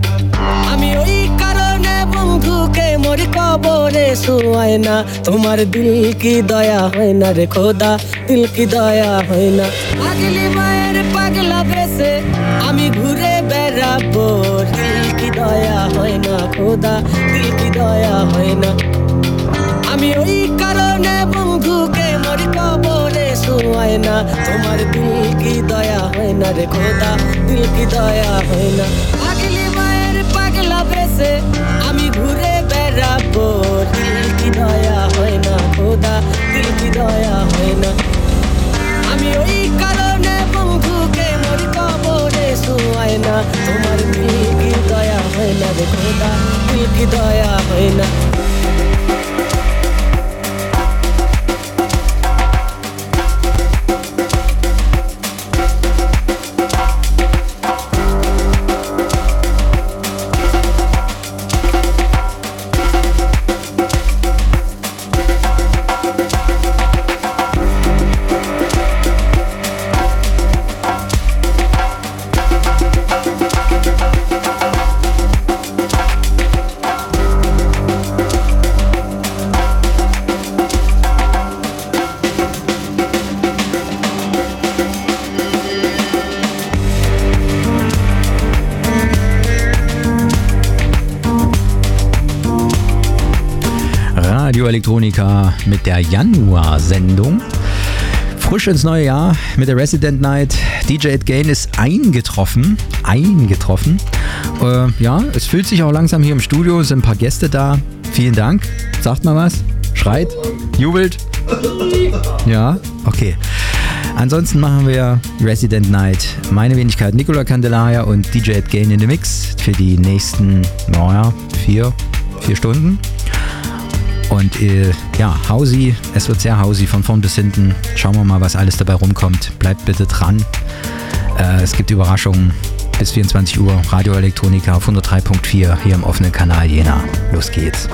আমি ওই কারণে বন্ধুকে মরি কবরে শুয়াই না তোমার দিল কি দয়া হয় না রে খোদা দিল কি দয়া হয় না পাগলি মায়ের পাগলা বেশে আমি ঘুরে বেড়াবো দিল কি দয়া হয় না খোদা দিল কি দয়া হয় না আমি ওই কারণে বন্ধুকে মরি কবরে শুয়াই না তোমার দিল কি দয়া হয় না রে খোদা দিল কি দয়া হয় না পাগলি মায়ের পাগলা বেশে আমি ঘুরে বেড়াবো দিল কি দয়া হয় না খোদা দিল কি দয়া হয় না আমি ওই কারণে বন্ধুকে মরি কবরে শুয়াই না তোমার দিল কি দয়া হয় না রে খোদা দিল কি দয়া হয় না Radio Electronica mit der Januar-Sendung. Frisch ins neue Jahr mit der Resident Night. D J Ed Gain ist eingetroffen. Eingetroffen. Äh, ja, es fühlt sich auch langsam hier im Studio. Es sind ein paar Gäste da. Vielen Dank. Sagt mal was. Schreit. Jubelt. Ja, okay. Ansonsten machen wir Resident Night. Meine Wenigkeit Nicola Candelaria und D J Ed Gain in the Mix für die nächsten, naja, vier, vier Stunden. Und äh, ja, Hausi, es wird sehr Hausi von vorn bis hinten. Schauen wir mal, was alles dabei rumkommt. Bleibt bitte dran. Äh, es gibt Überraschungen bis vierundzwanzig Uhr. Radio Elektronika auf hundertdrei Komma vier hier im offenen Kanal Jena. Los geht's.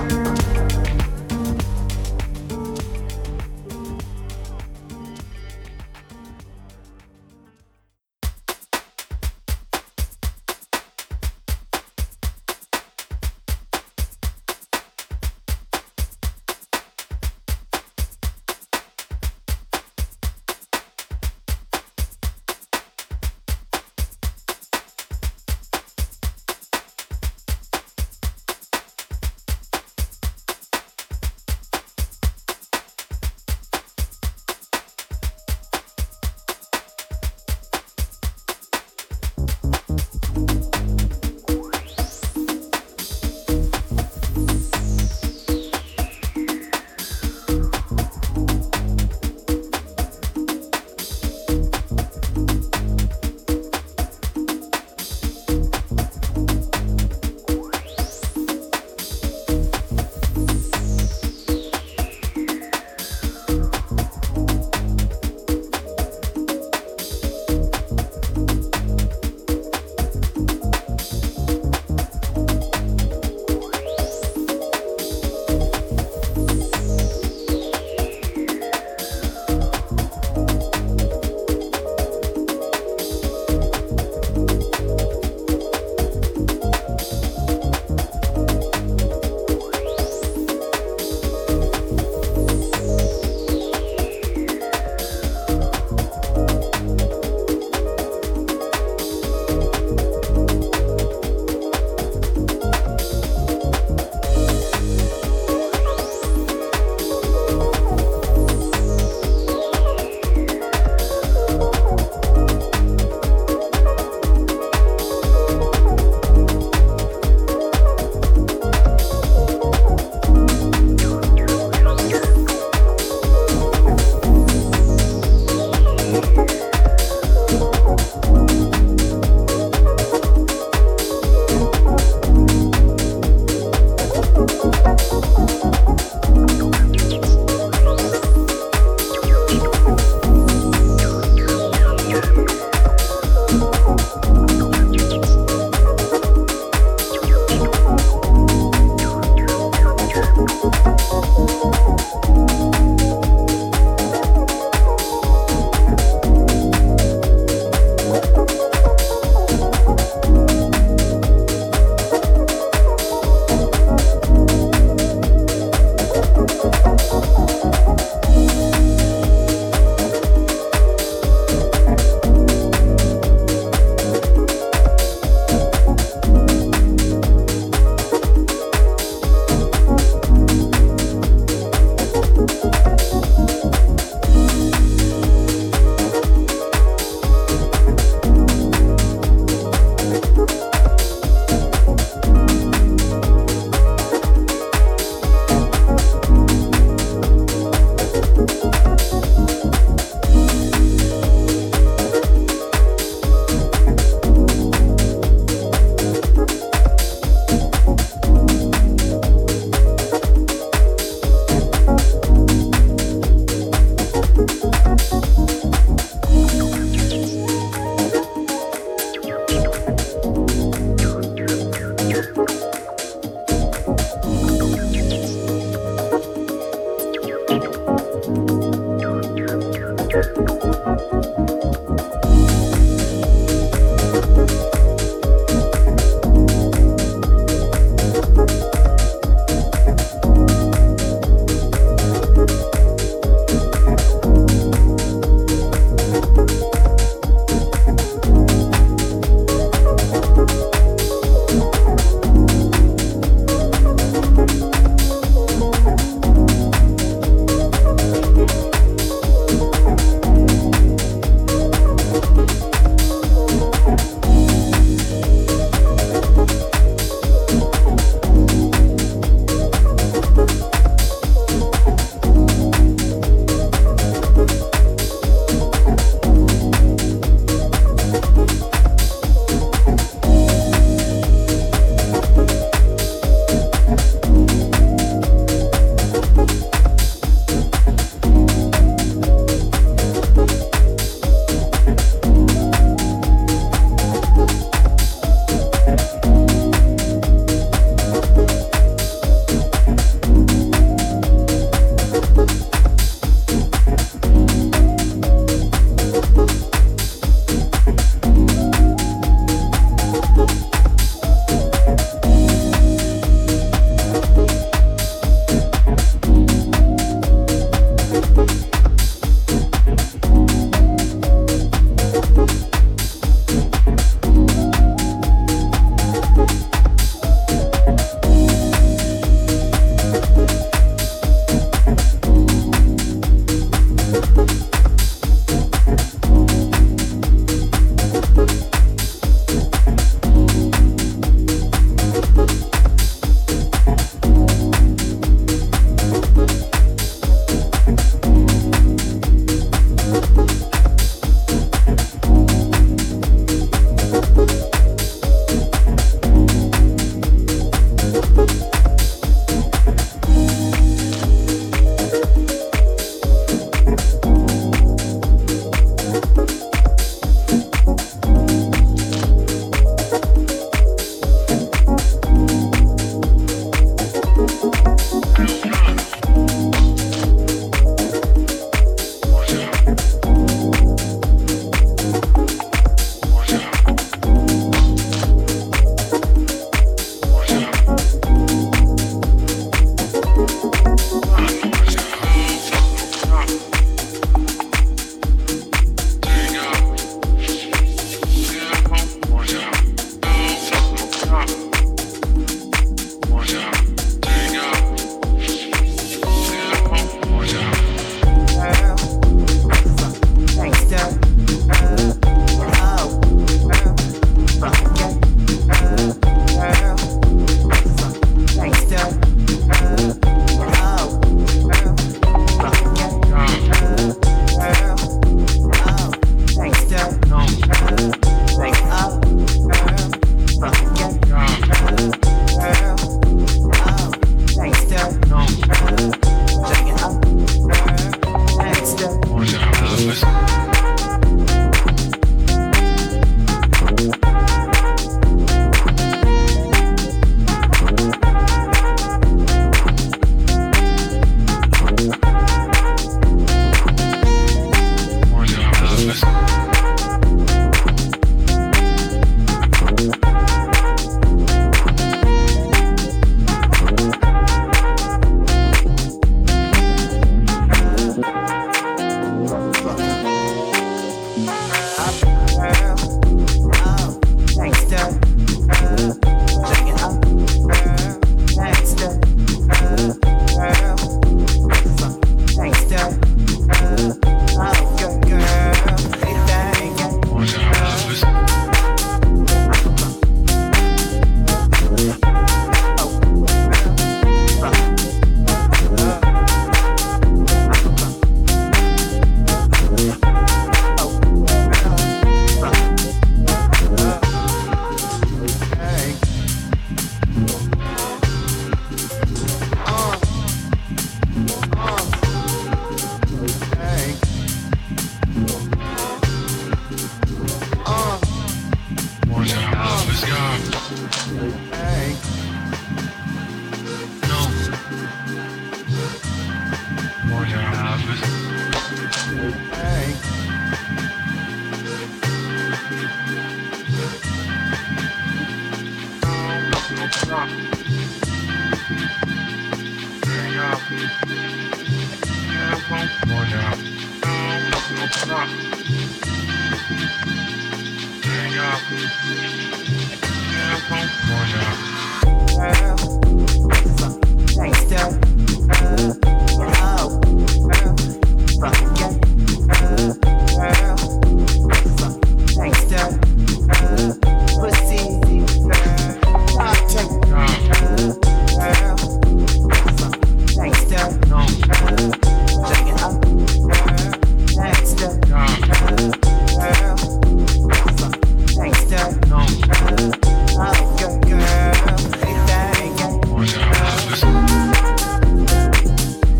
Girl,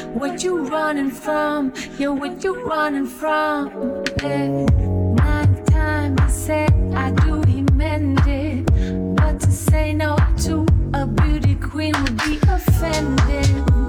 What you running from? Yeah, what you running from? Yeah. Ninth time he said I do, he meant it. But to say no to a beauty queen would be offended.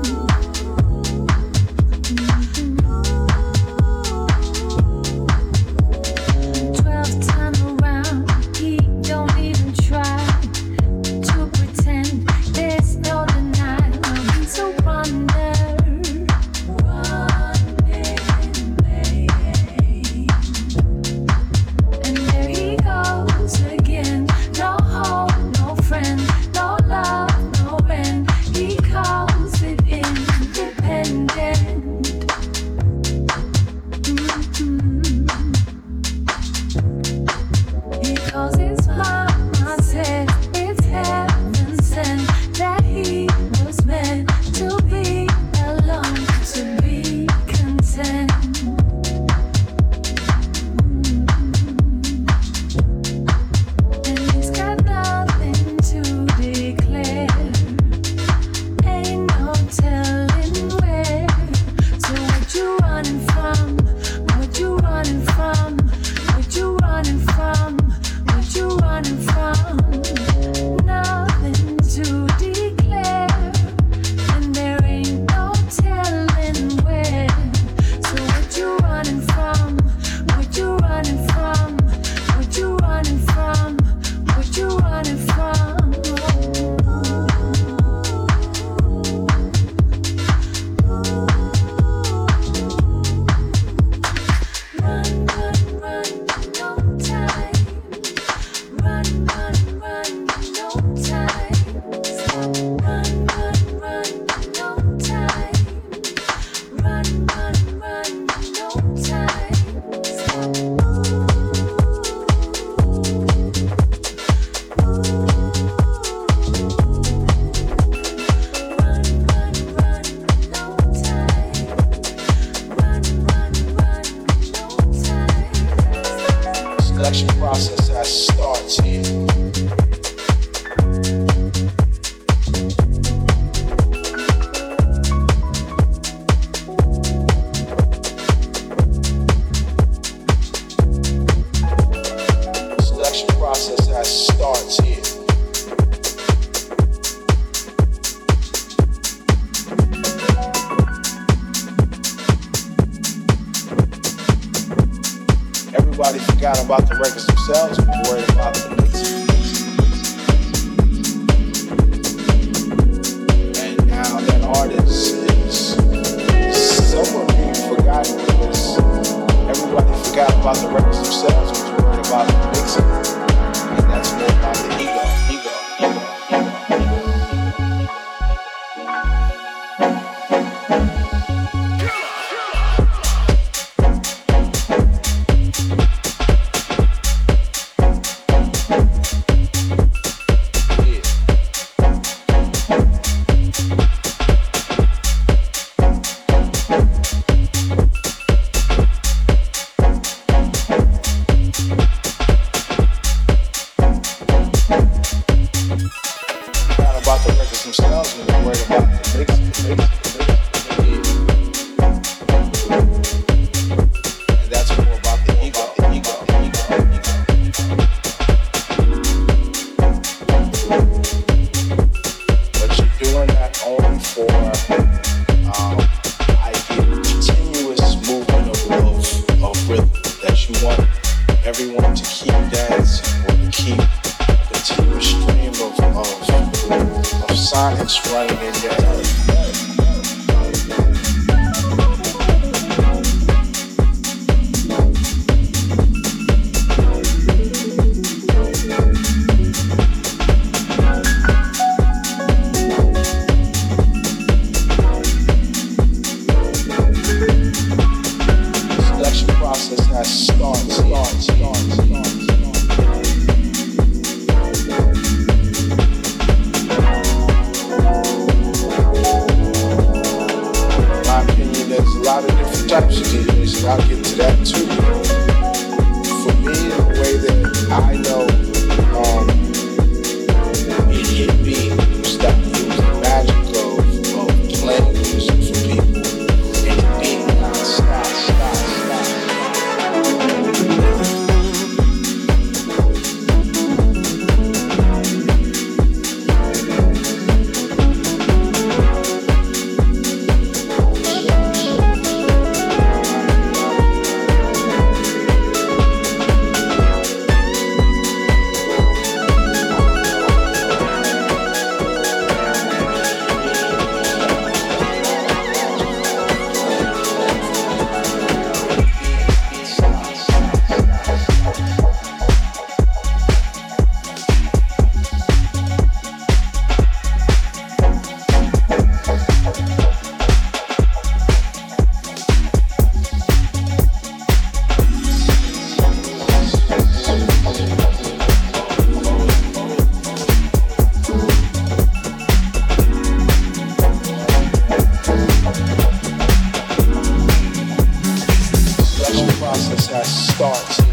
About the records themselves, we're worried about the mix. And now that artist is somewhat being forgotten because everybody forgot about the records themselves, we're worried about the mixing. And that's more about the ego, ego, ego, ego. It hit me, stop using magic of, of playing music for people. starts here.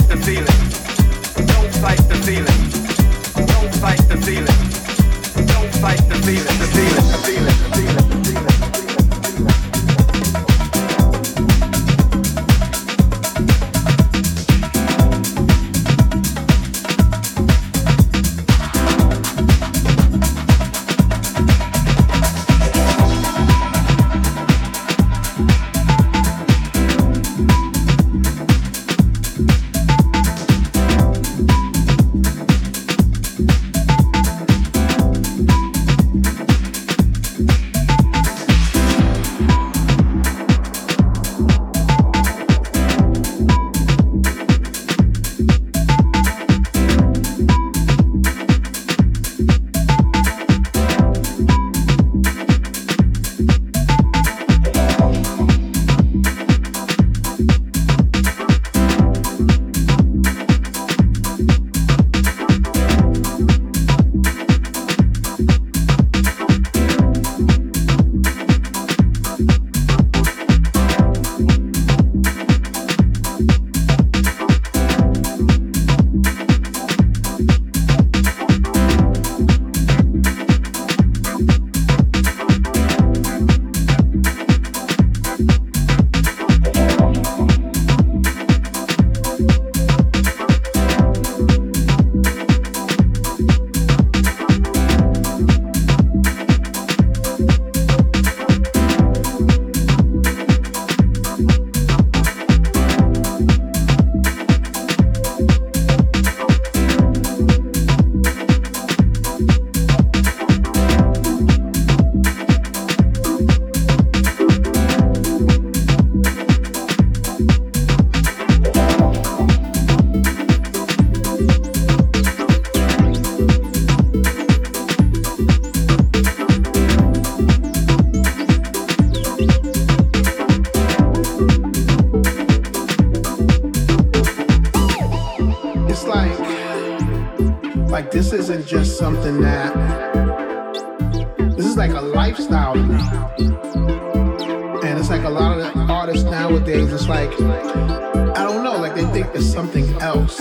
the feeling. Don't fight the feeling. Don't fight the feeling. Don't fight the feeling. The feeling. The feeling. The feeling. The feeling. this isn't just something that, this is like a lifestyle now. And it's like a lot of the artists nowadays, it's like, I don't know, like they think there's something else.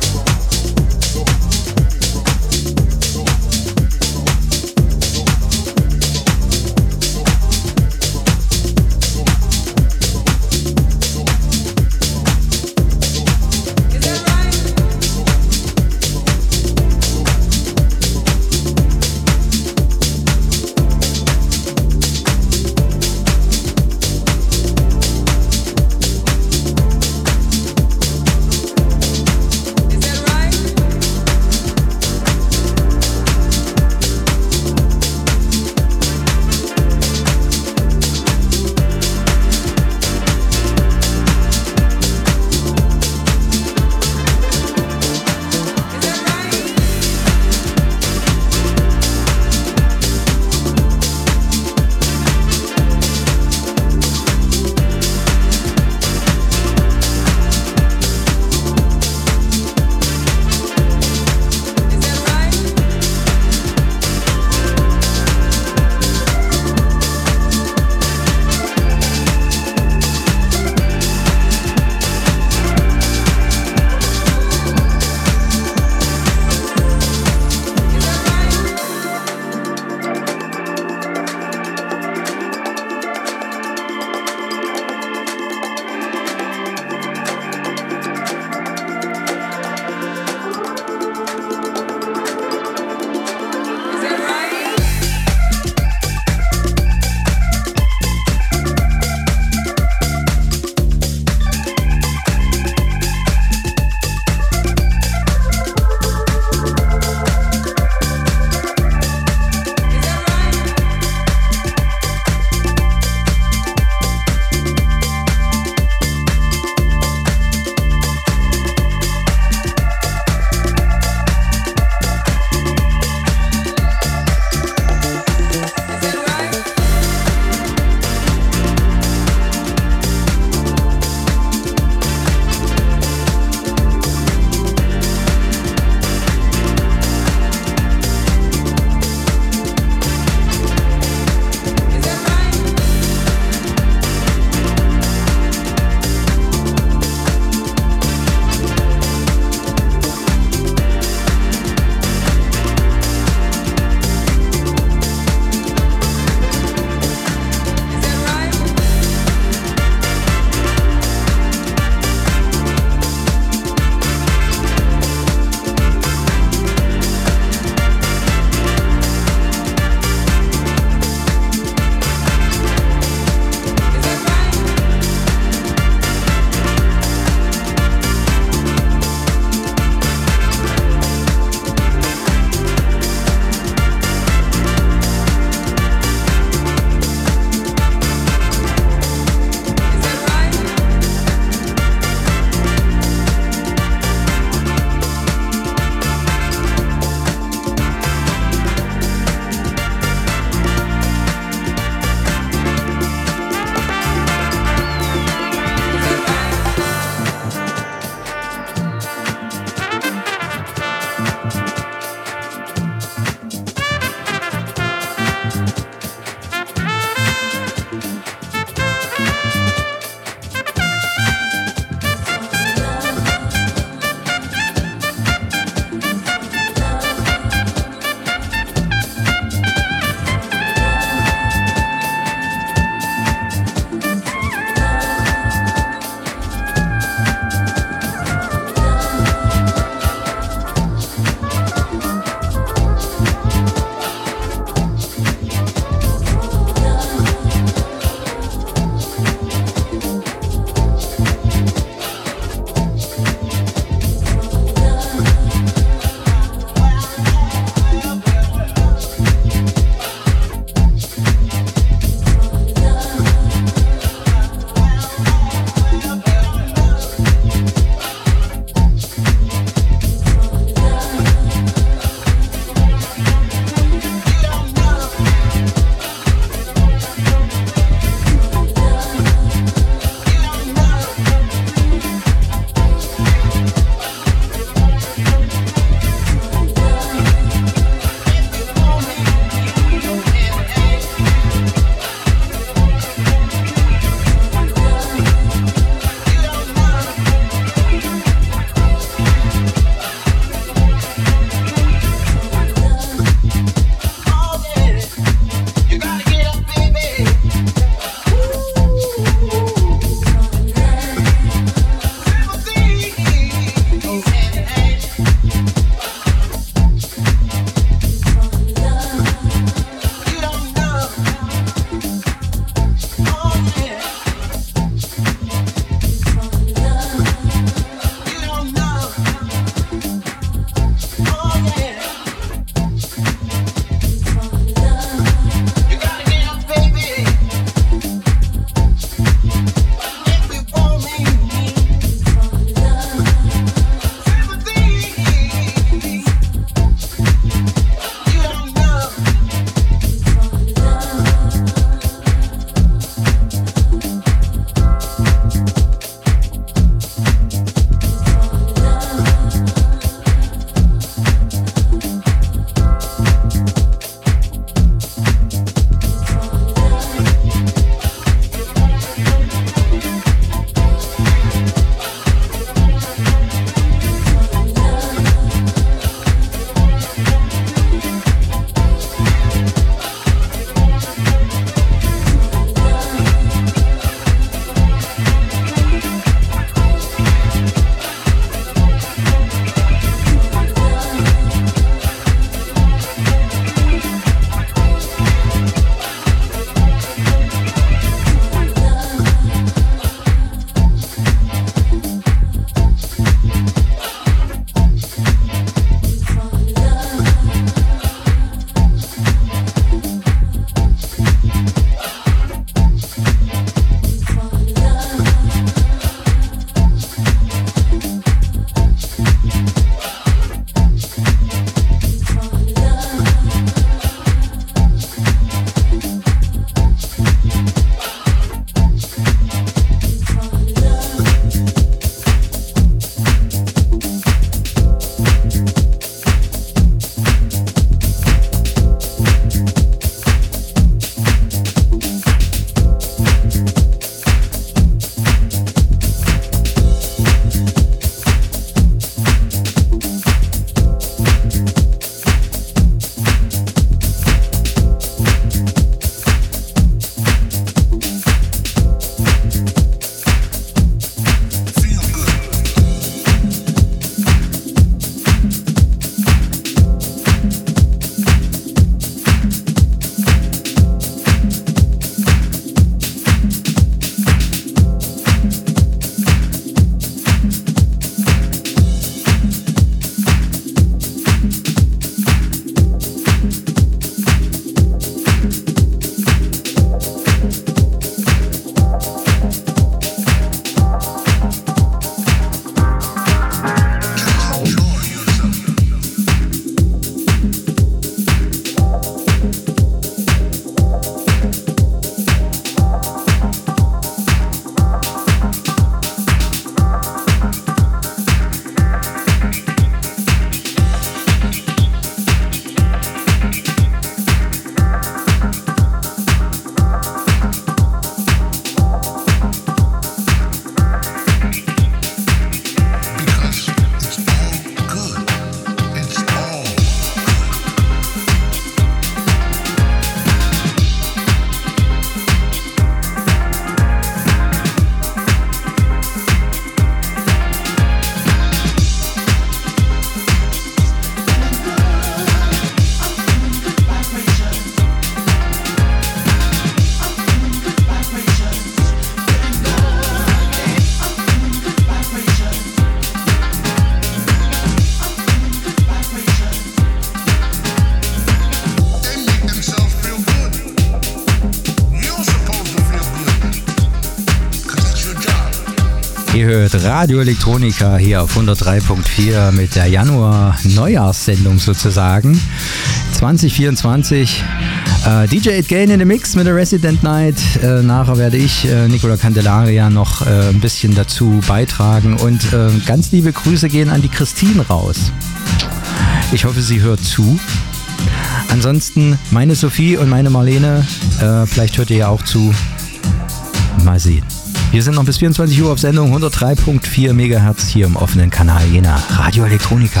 Ihr hört Radio Electronica hier auf hundertdrei Komma vier mit der Januar-Neujahrssendung sozusagen. zwanzig vierundzwanzig. Äh, D J Ed Gain in the Mix mit der Resident Night. Äh, nachher werde ich, äh, Nicola Candelaria, noch äh, ein bisschen dazu beitragen. Und äh, ganz liebe Grüße gehen an die Christine raus. Ich hoffe, sie hört zu. Ansonsten meine Sophie und meine Marlene, äh, vielleicht hört ihr ja auch zu. Mal sehen. Wir sind noch bis vierundzwanzig Uhr auf Sendung, hundertdrei Komma vier Megahertz hier im offenen Kanal Jena. Radio Electronica.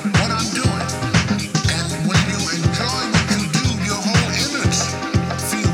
Feel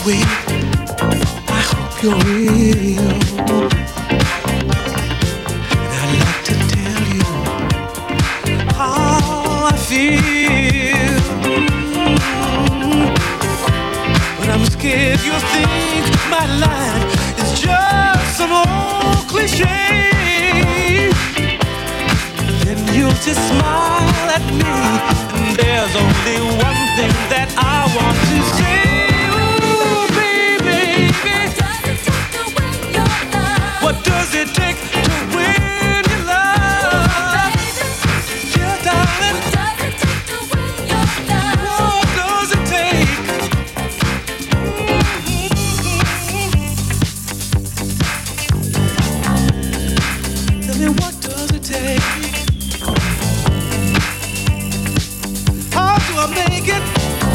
sweet. I hope you're real. And I'd like to tell you how I feel. But I'm scared you'll think my life is just some old cliche. Then you'll just smile at me, and there's only one thing that I want to say. What does it take to win your love? Yeah, darling. What does it take to win your love? What does it take? Tell me, what does it take? How do I make it?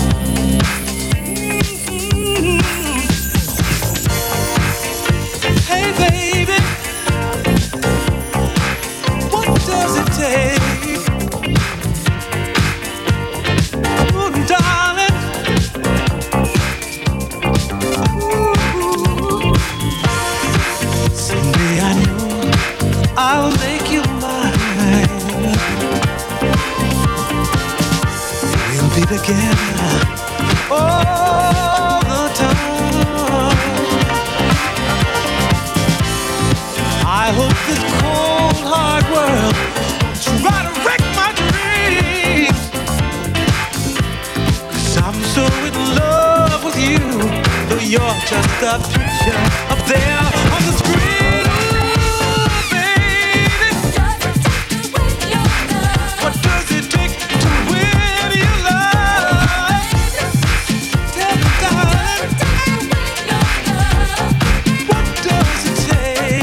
Hey, baby. What does it take? Ooh, darling. Ooh. Someday I know I'll make you mine. We'll be together all the time. I hope this cold, hard world try to wreck my dreams. 'Cause I'm so in love with you, though you're just a picture up there on the screen. Ooh, baby. What does it take to win your love? Tell me, darling. What does it take?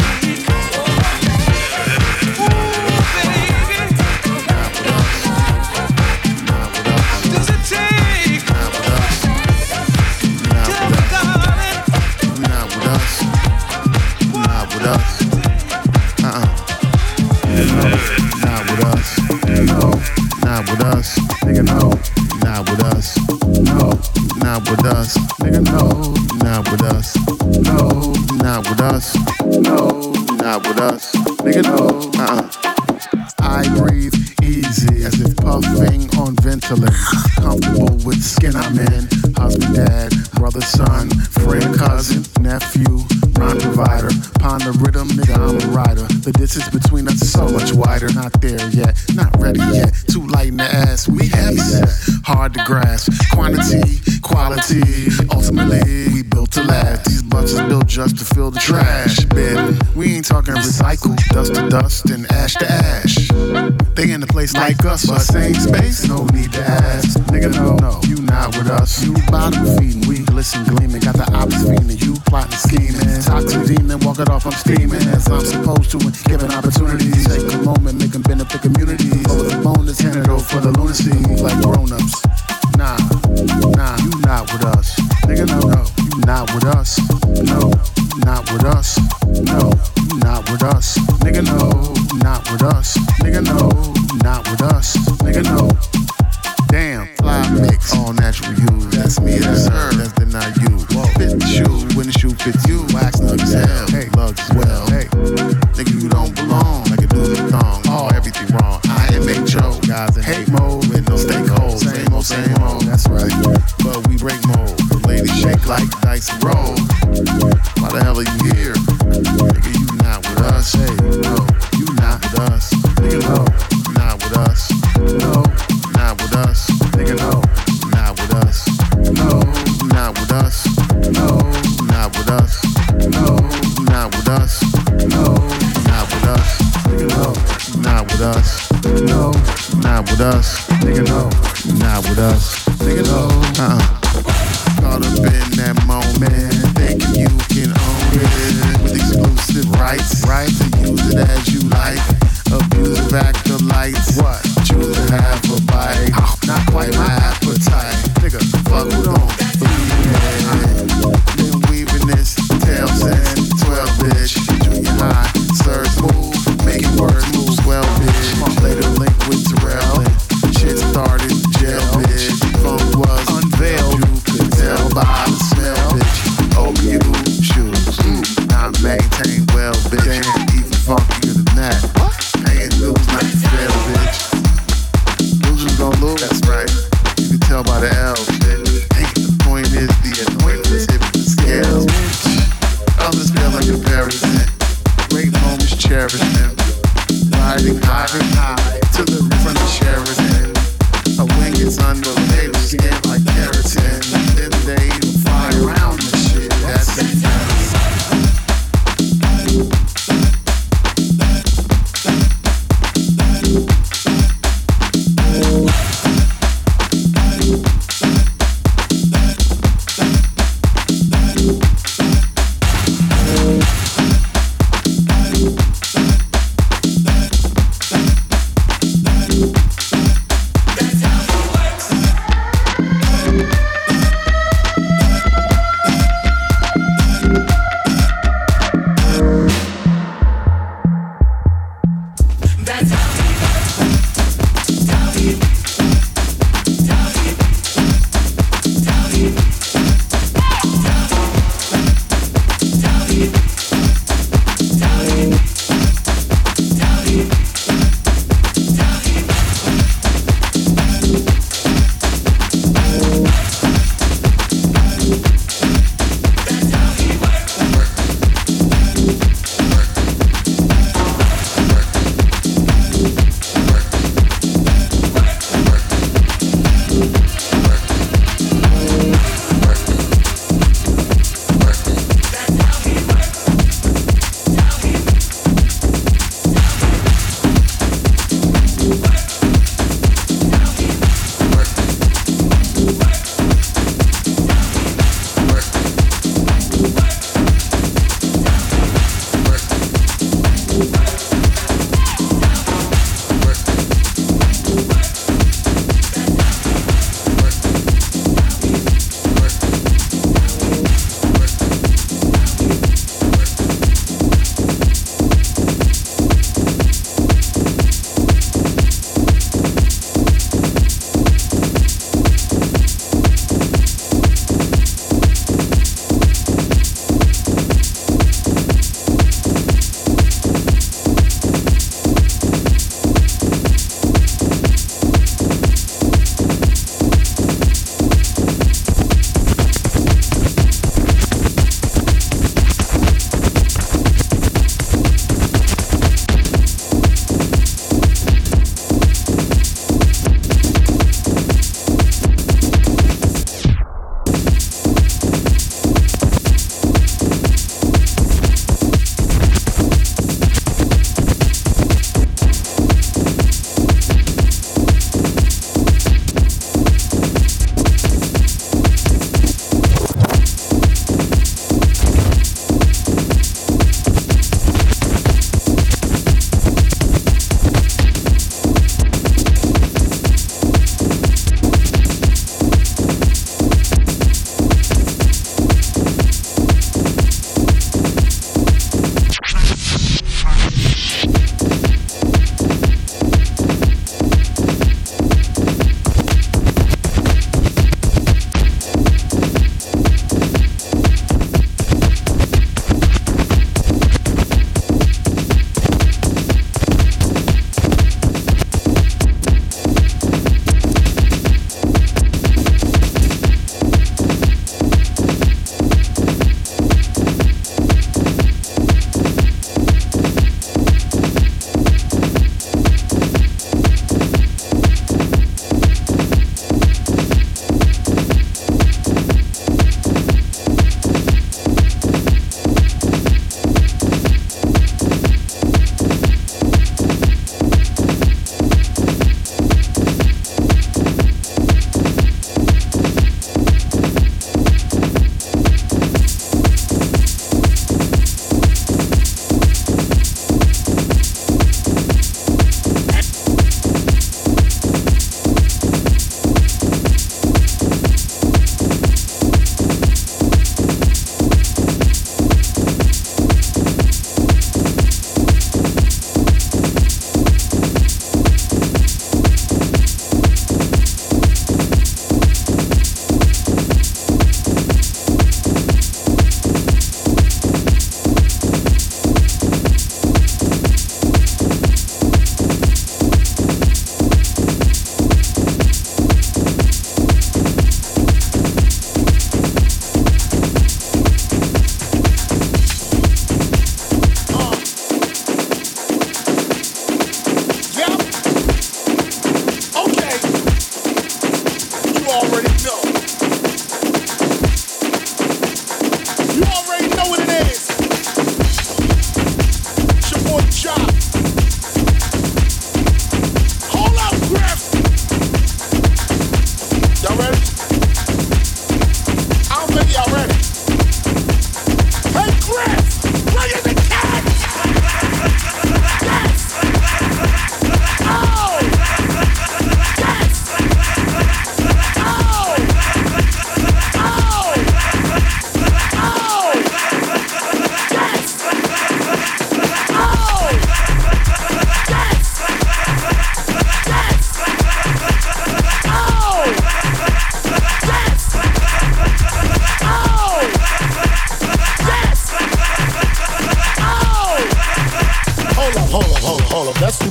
Comfortable with skin I'm in. Husband, dad, brother, son, friend, cousin, nephew, rhyme provider. Pond the rhythm, nigga, I'm a rider. The distance between us is so much wider. Not there yet, not ready yet. Too light in the ass, we heavy set. Hard to grasp. Quantity, quality. Ultimately, we built to last. These buses built just to fill the trash. Baby, we ain't talking recycle. Dust to dust and ash to ash. They in a place like us, but same space, no need to ask. Nigga, no, no, you not with us. You bottom feeding, we glisten, gleaming. Got the opposite feeling, you plotting, scheming. Toxic demon, walk it off, I'm steaming. As I'm supposed to, given opportunities. Take a moment, make them benefit communities. Over the bonus, antidote for the lunacy. Like grown-ups. Nah, nah, you not with us. Nigga, no, no, you not with us. No, not with us. No, you not with us. Nigga, no, not with us. Nigga, no, not with us. Nigga, no. Damn, fly mix, all natural use. That's me, that's her, that's the not you. Fit the shoe, when the shoe fits you. Wax nugs hell, hey, lugs as well. Hey, nigga, you don't belong like a dude in thong. All everything wrong. I am H O, guys in hate mode with no stakeholders. Same old, same old, that's right. But we break mold. Ladies shake like dice and roll. Why the hell are you here? Nigga, you not with us. Hey, no, you not with us. Nigga, no, not with us. No, not with us. Nigga, no, not with us. No, not with us. No, not with us. No, not with us. No, not with us. Nigga, no, not with us. No, not with us. Nigga, no, not with us. Nigga, no, uh-uh. Caught up in that moment, thinking you can own it with exclusive rights, right? To use it as you like. Abuse back the lights. What? Choose to have a bite. Not quite my appetite. Nigga, fuck who don't believe it. Been weaving this tail since twelve, bitch. Junior high, sir, smooth, making words move swell, bitch. Later link with Terrell and shit started jail, bitch. Funk was unveiled. You could tell by the smell, bitch.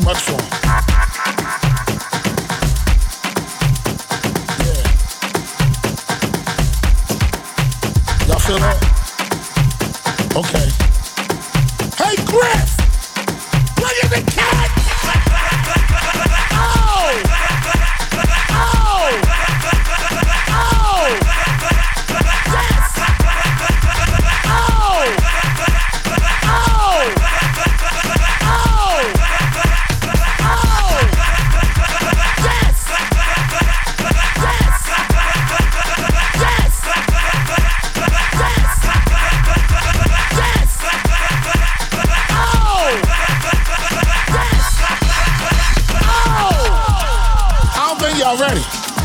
much for him. Yeah. Y'all feel that? Okay. Hey, Griff! Look at the cat! Oh! Oh! Oh! Yes! Oh! Oh! Oh! Oh! Yes! Yes! Yes! Yes! Yes! Oh! Yes! Oh! I don't think y'all ready.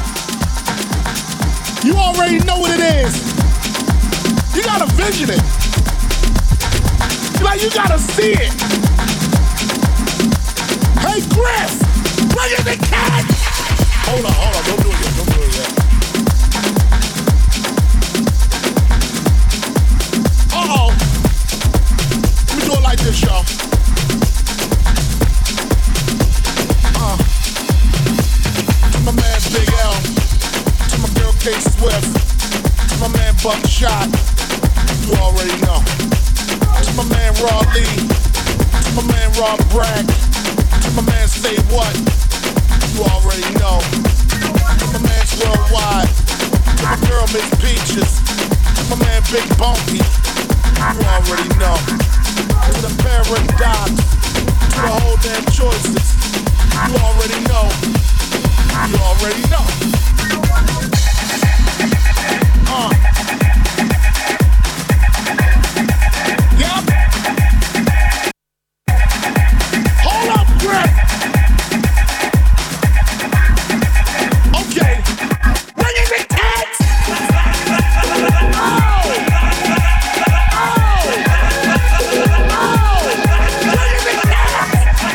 You already know what it is. You gotta vision it. Like you gotta see it. Hey, Griff, bring in the cat. Hold on, hold on, don't do it yet, don't do it yet. Uh-oh. Let me do it like this, y'all. Uh. To my man Big L, to my girl K Swift, to my man Buckshot, you already know. To my man Raw Lee, to my man Rob Bragg, to my man Say What, you already know. To my man's Worldwide, to my girl Miss Peaches, to my man Big Bonky, you already know. To the Paradox, to the whole damn Choices, you already know. You already know. Uh. Yep. Hold up, Griff. Okay. Bring in the cats. Oh. Oh. Oh. Bring in the cats.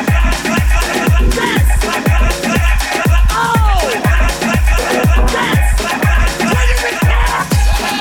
Yes. Oh. Yes. Bring in the cats.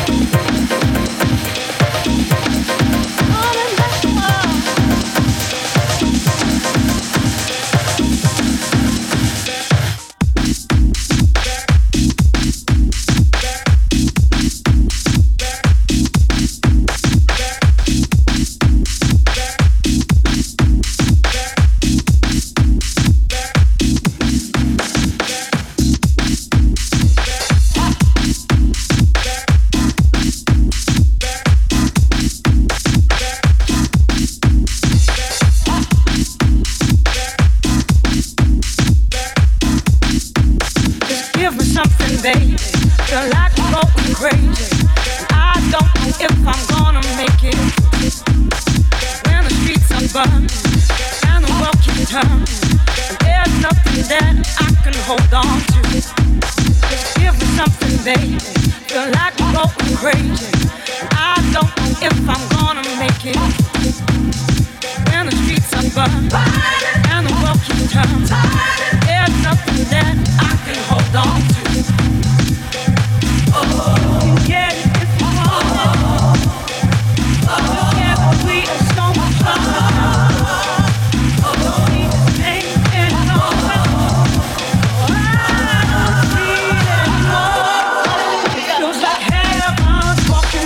Walking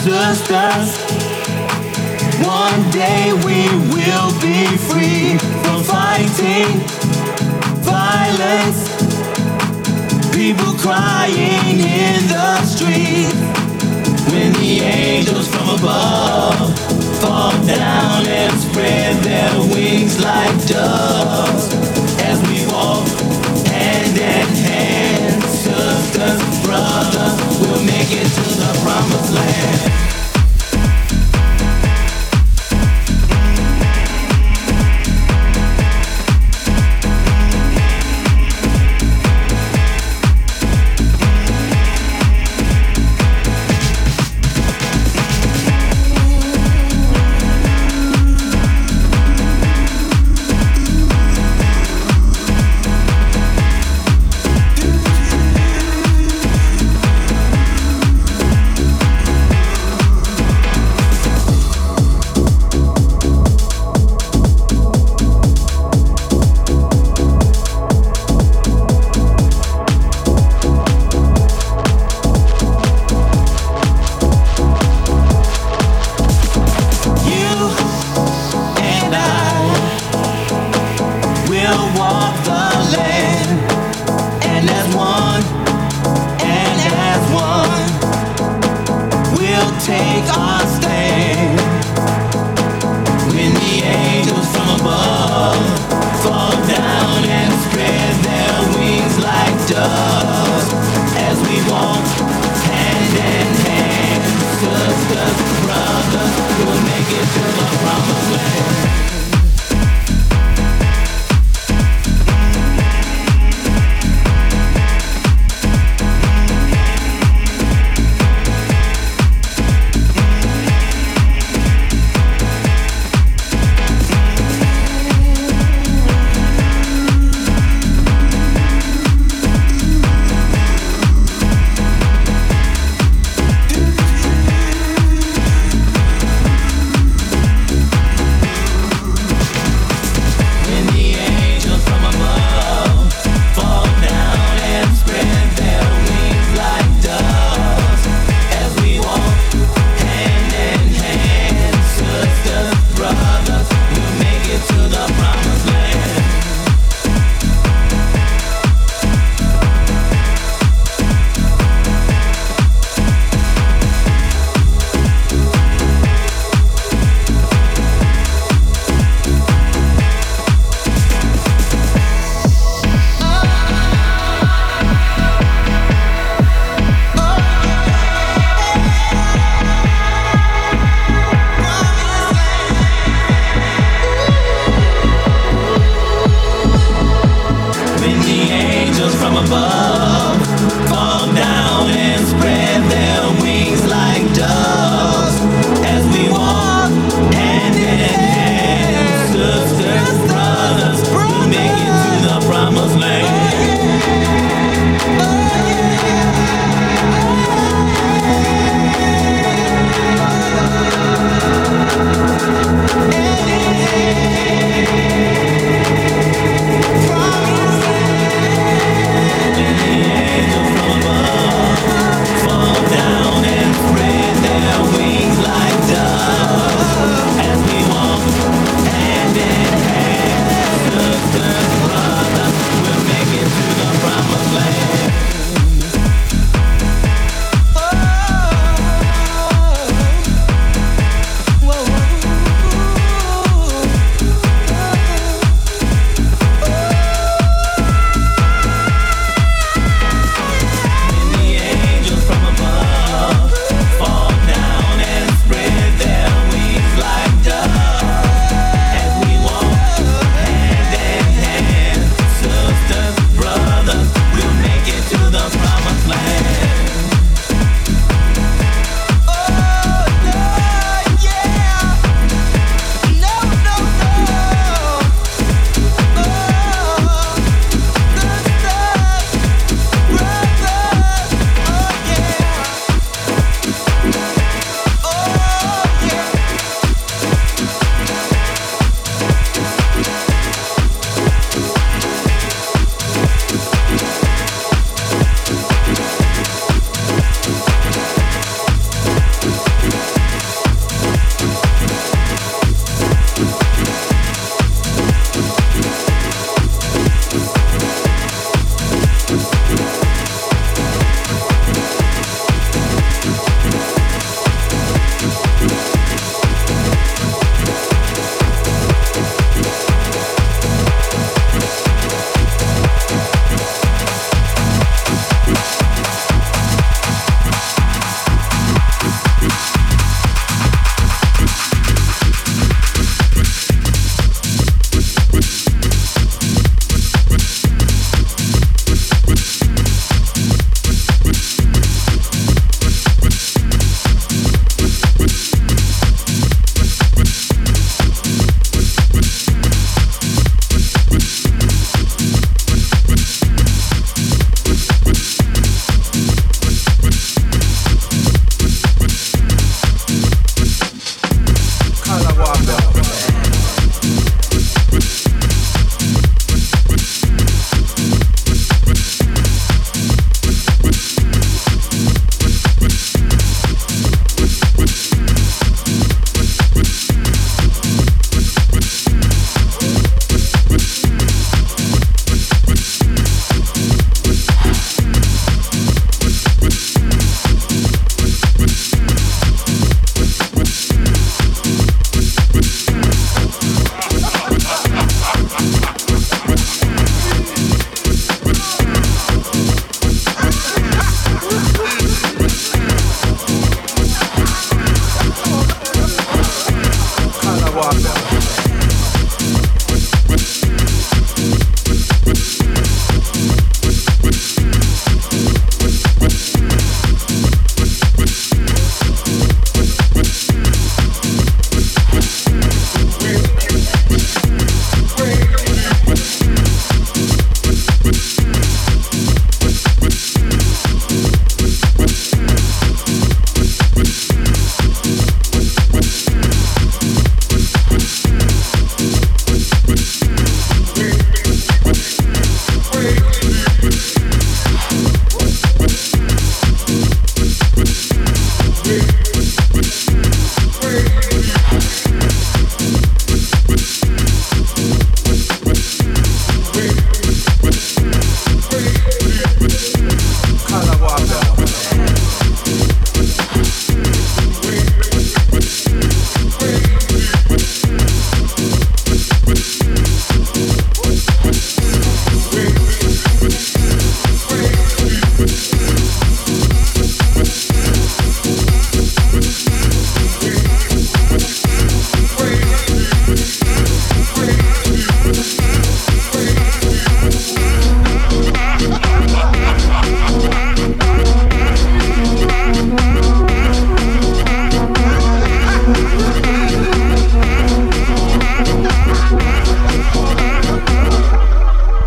sisters. One day we will be free from fighting violence. People crying in the street. When the angels from above fall down and spread their wings like doves. As we walk hand in hand, sisters, brothers, we'll make it to the promised land.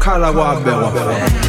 color what be what be.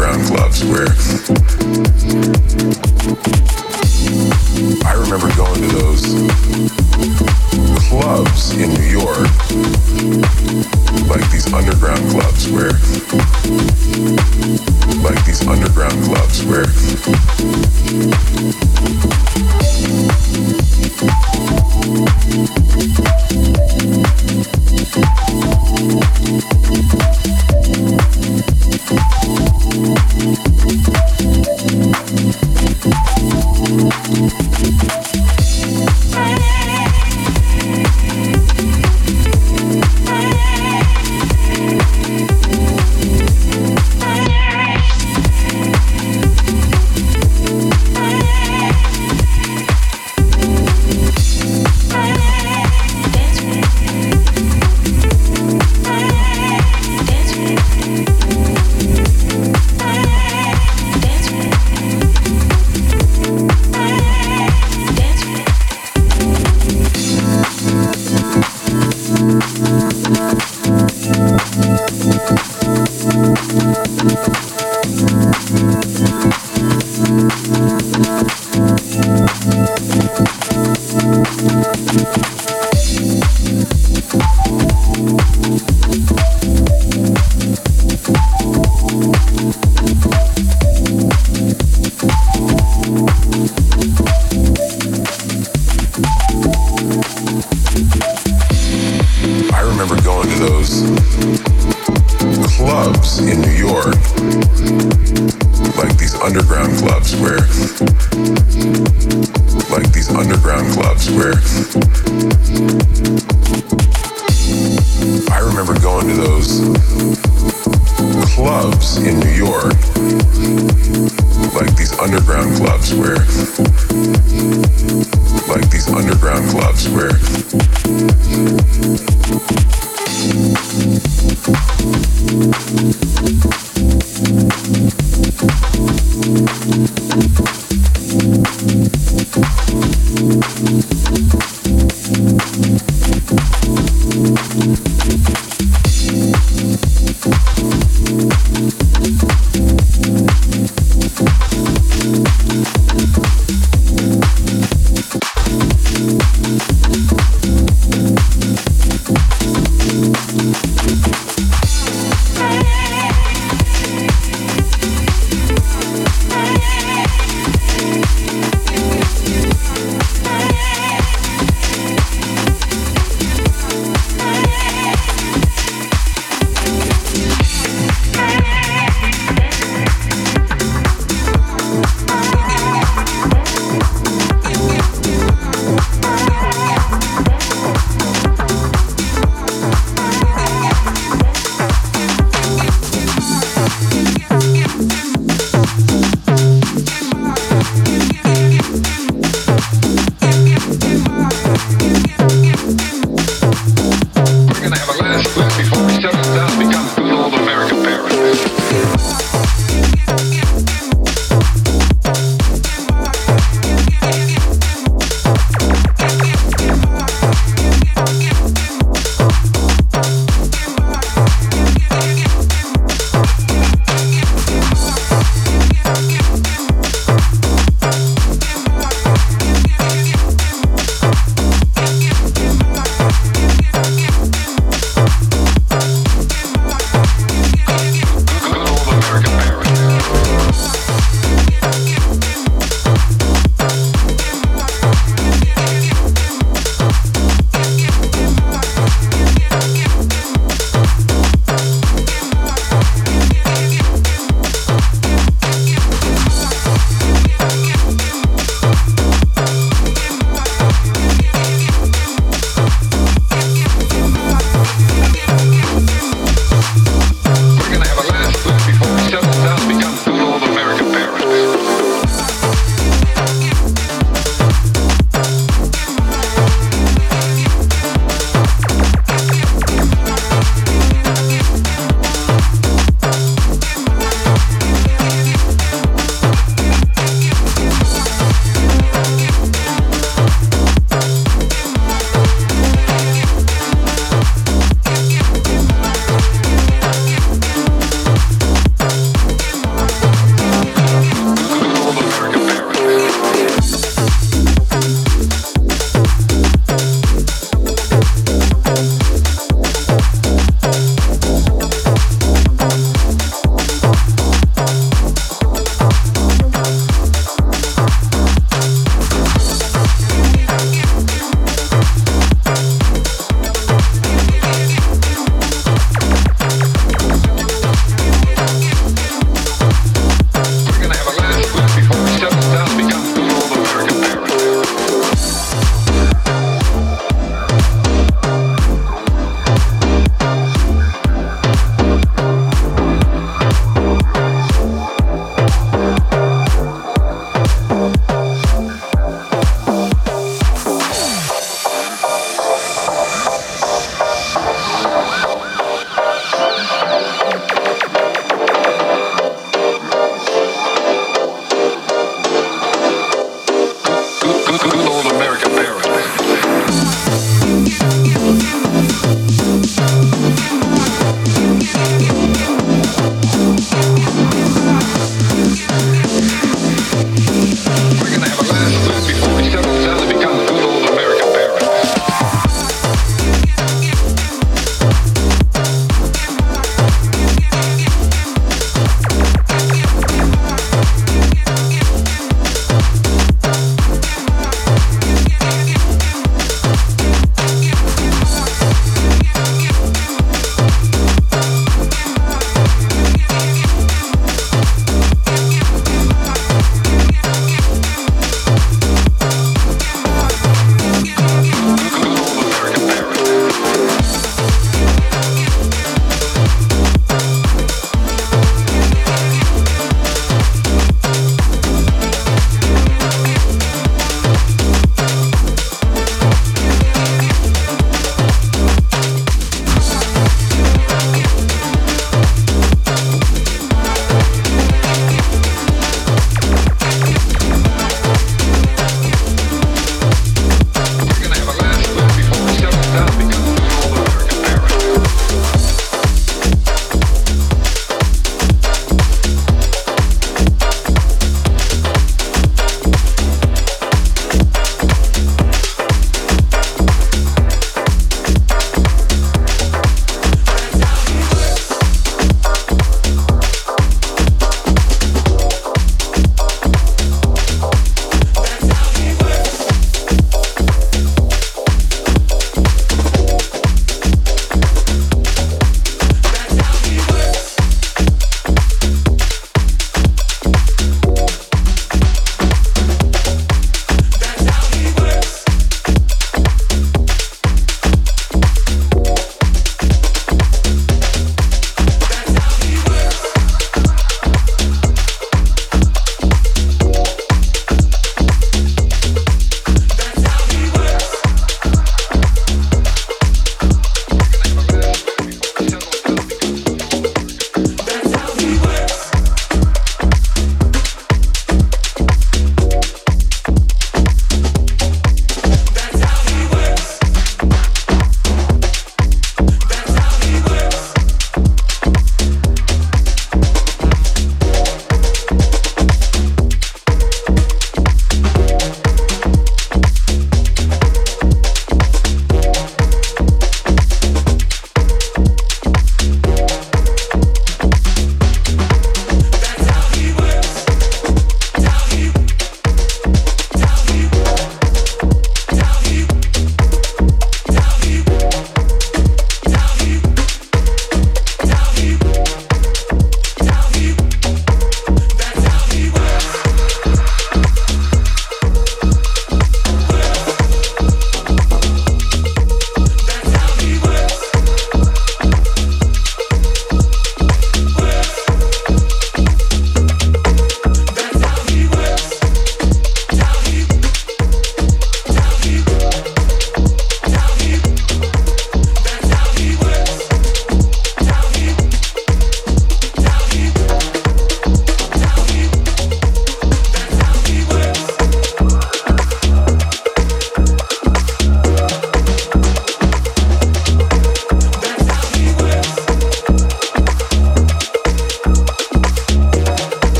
underground clubs where I remember going to those clubs in New York, like these underground clubs where, like these underground clubs where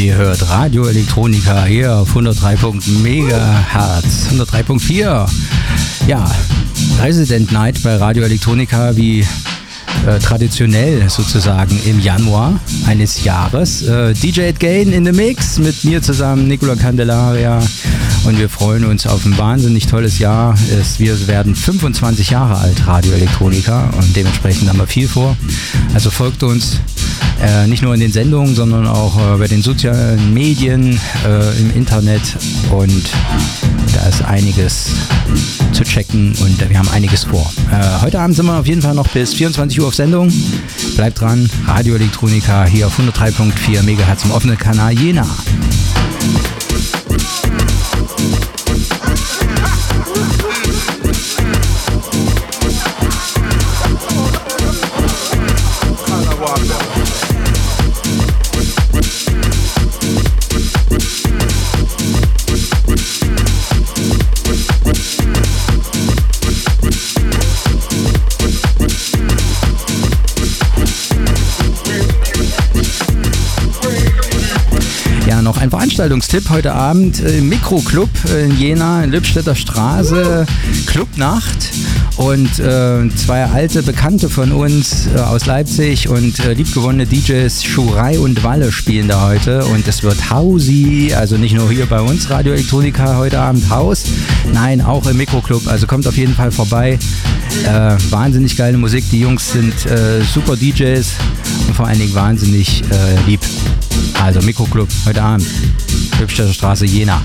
Ihr hört Radio Electronica hier auf hundertdrei Megahertz, hundertdrei Komma vier. Ja, Resident Night bei Radio Electronica wie äh, traditionell sozusagen im Januar eines Jahres. Äh, D J Gain in the Mix mit mir zusammen, Nicola Candelaria. Und wir freuen uns auf ein wahnsinnig tolles Jahr. Es, wir werden fünfundzwanzig Jahre alt, Radio Electronica, und dementsprechend haben wir viel vor. Also folgt uns äh, nicht nur in den Sendungen, sondern auch äh, bei den sozialen Medien, äh, im Internet, und da ist einiges zu checken und wir haben einiges vor. Äh, heute Abend sind wir auf jeden Fall noch bis vierundzwanzig Uhr auf Sendung. Bleibt dran, Radio Electronica hier auf hundertdrei Komma vier Megahertz im offenen Kanal Jena. Noch ein Veranstaltungstipp heute Abend im Mikroclub in Jena, in Lippstädter Straße, Clubnacht. Und äh, zwei alte Bekannte von uns äh, aus Leipzig und äh, liebgewonnene D Js Schurai und Walle spielen da heute. Und es wird Hausi, also nicht nur hier bei uns Radio Electronica heute Abend Haus, nein, auch im Mikroclub. Also kommt auf jeden Fall vorbei. Äh, wahnsinnig geile Musik, die Jungs sind äh, super D Js und vor allen Dingen wahnsinnig äh, lieb. Also Mikroclub heute Abend, Lippstädter Straße, Jena.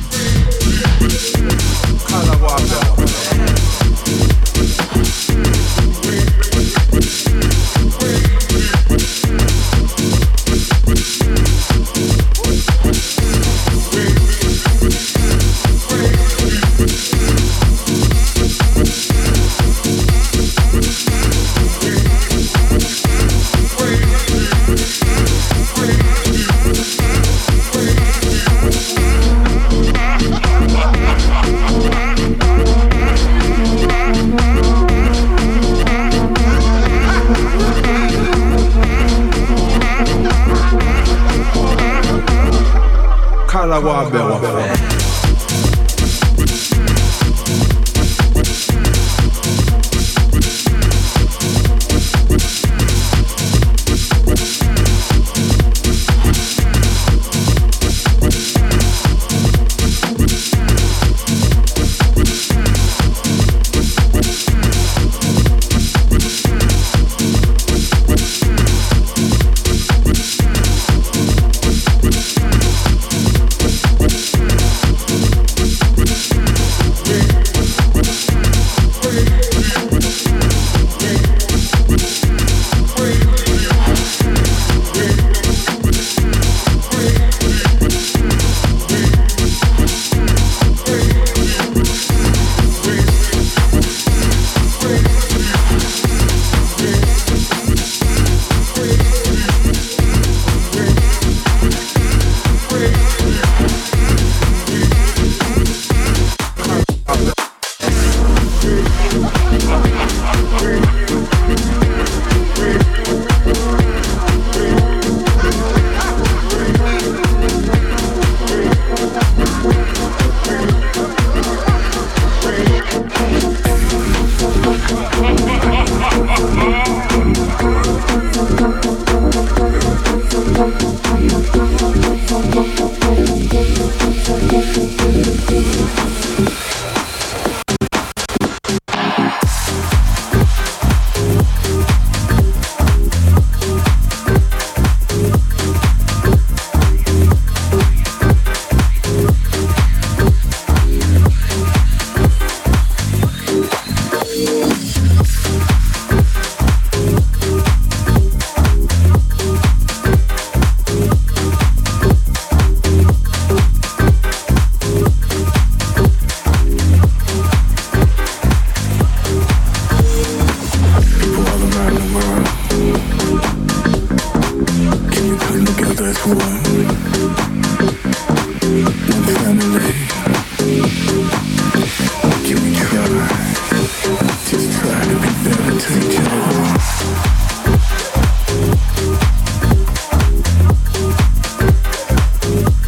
We'll be right back.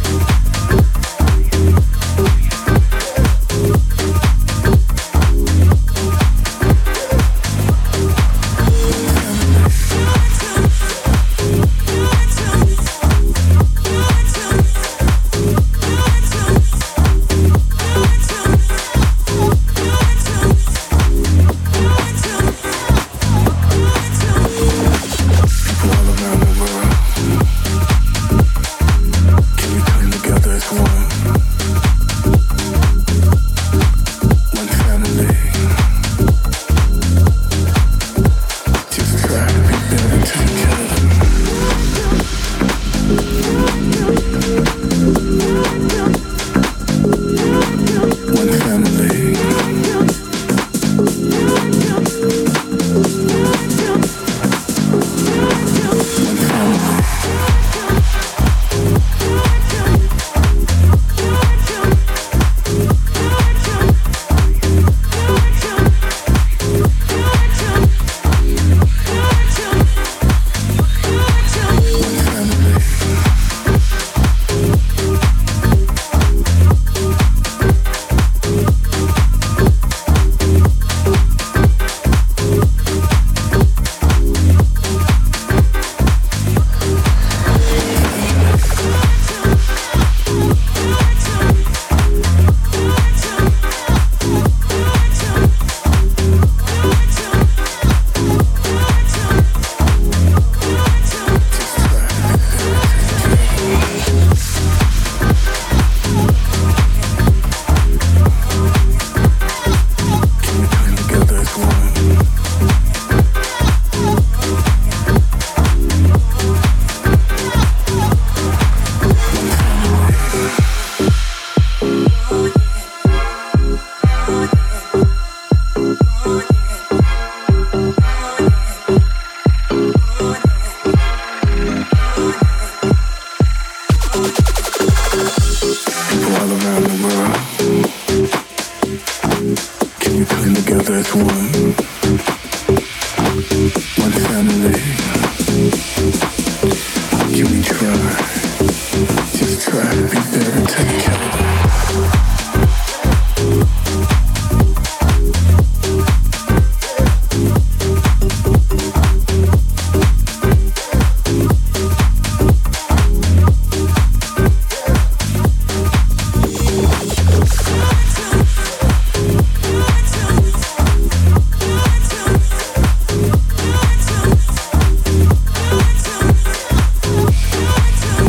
Thank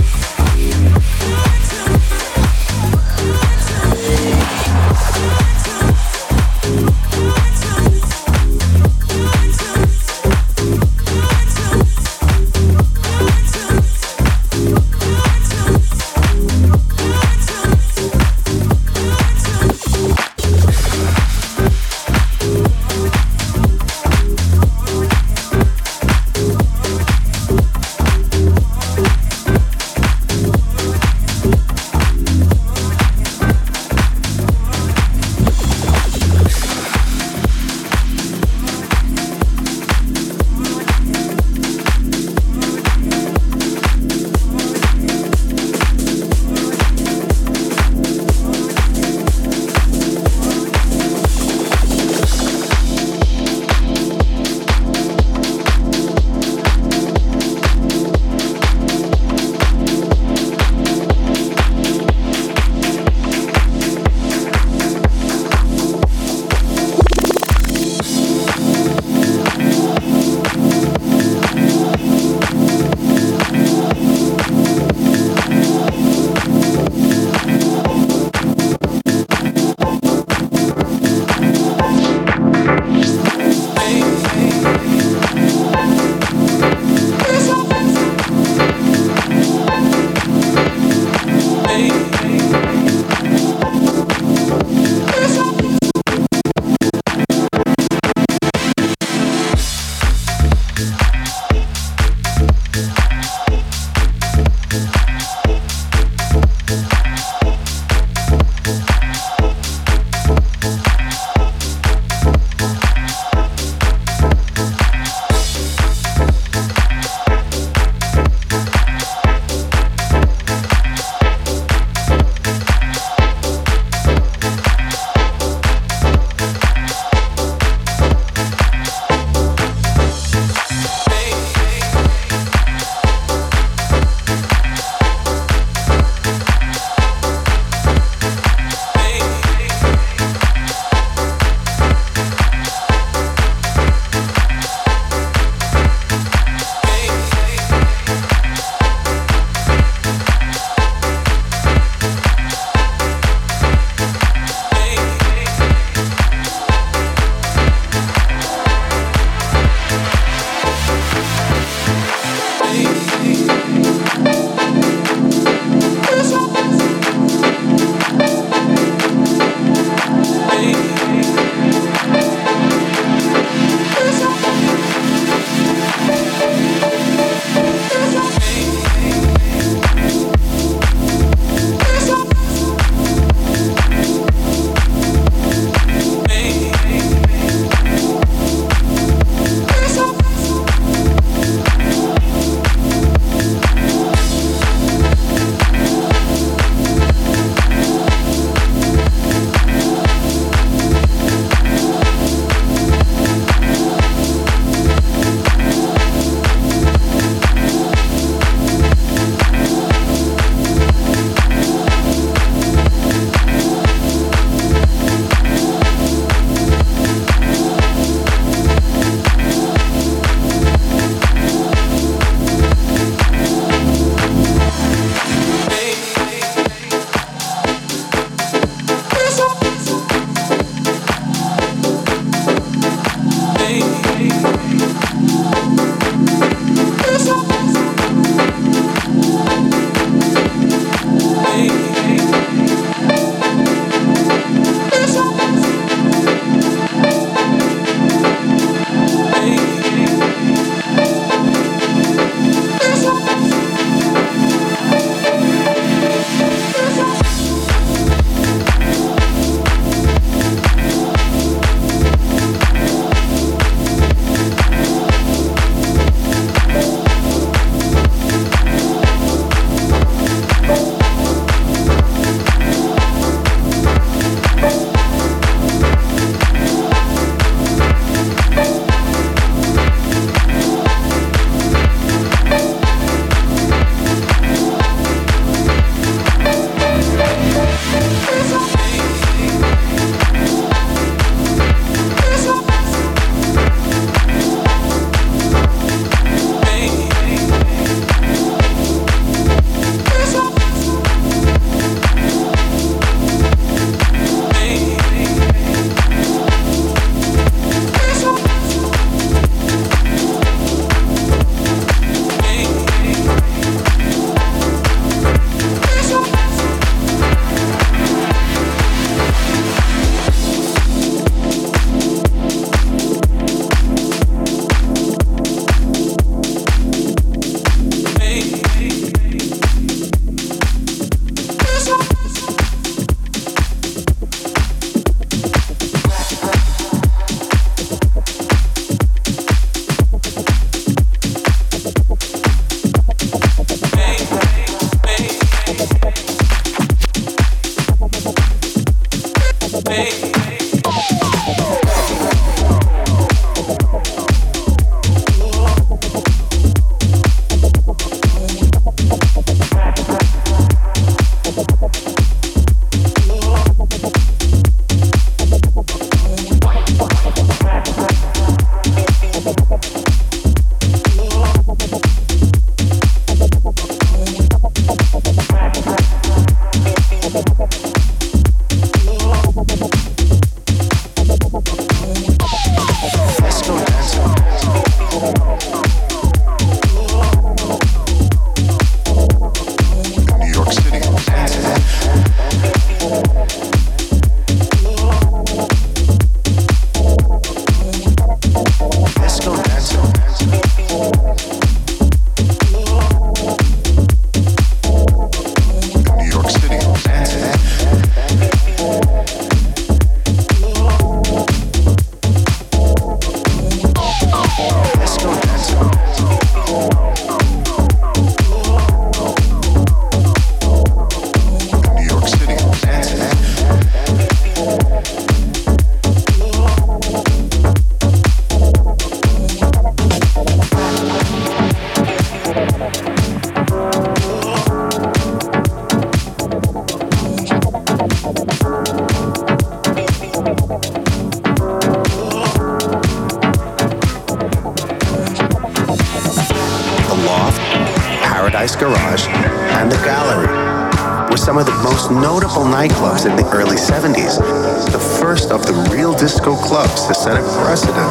Garage, and the Gallery were some of the most notable nightclubs in the early seventies, the first of the real disco clubs to set a precedent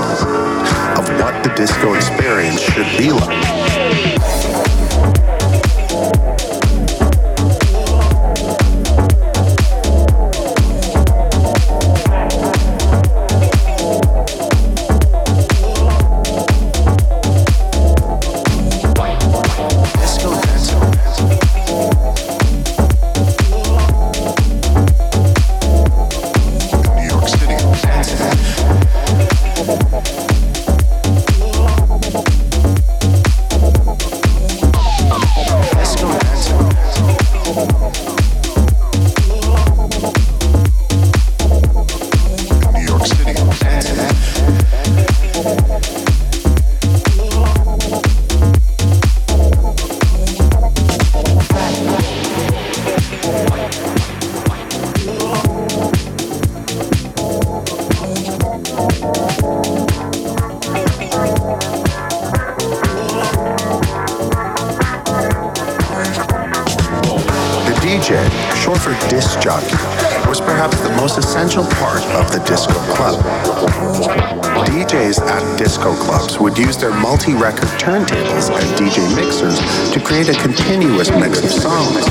of what the disco experience should be like. Multi-record turntables and D J mixers to create a continuous mix of songs.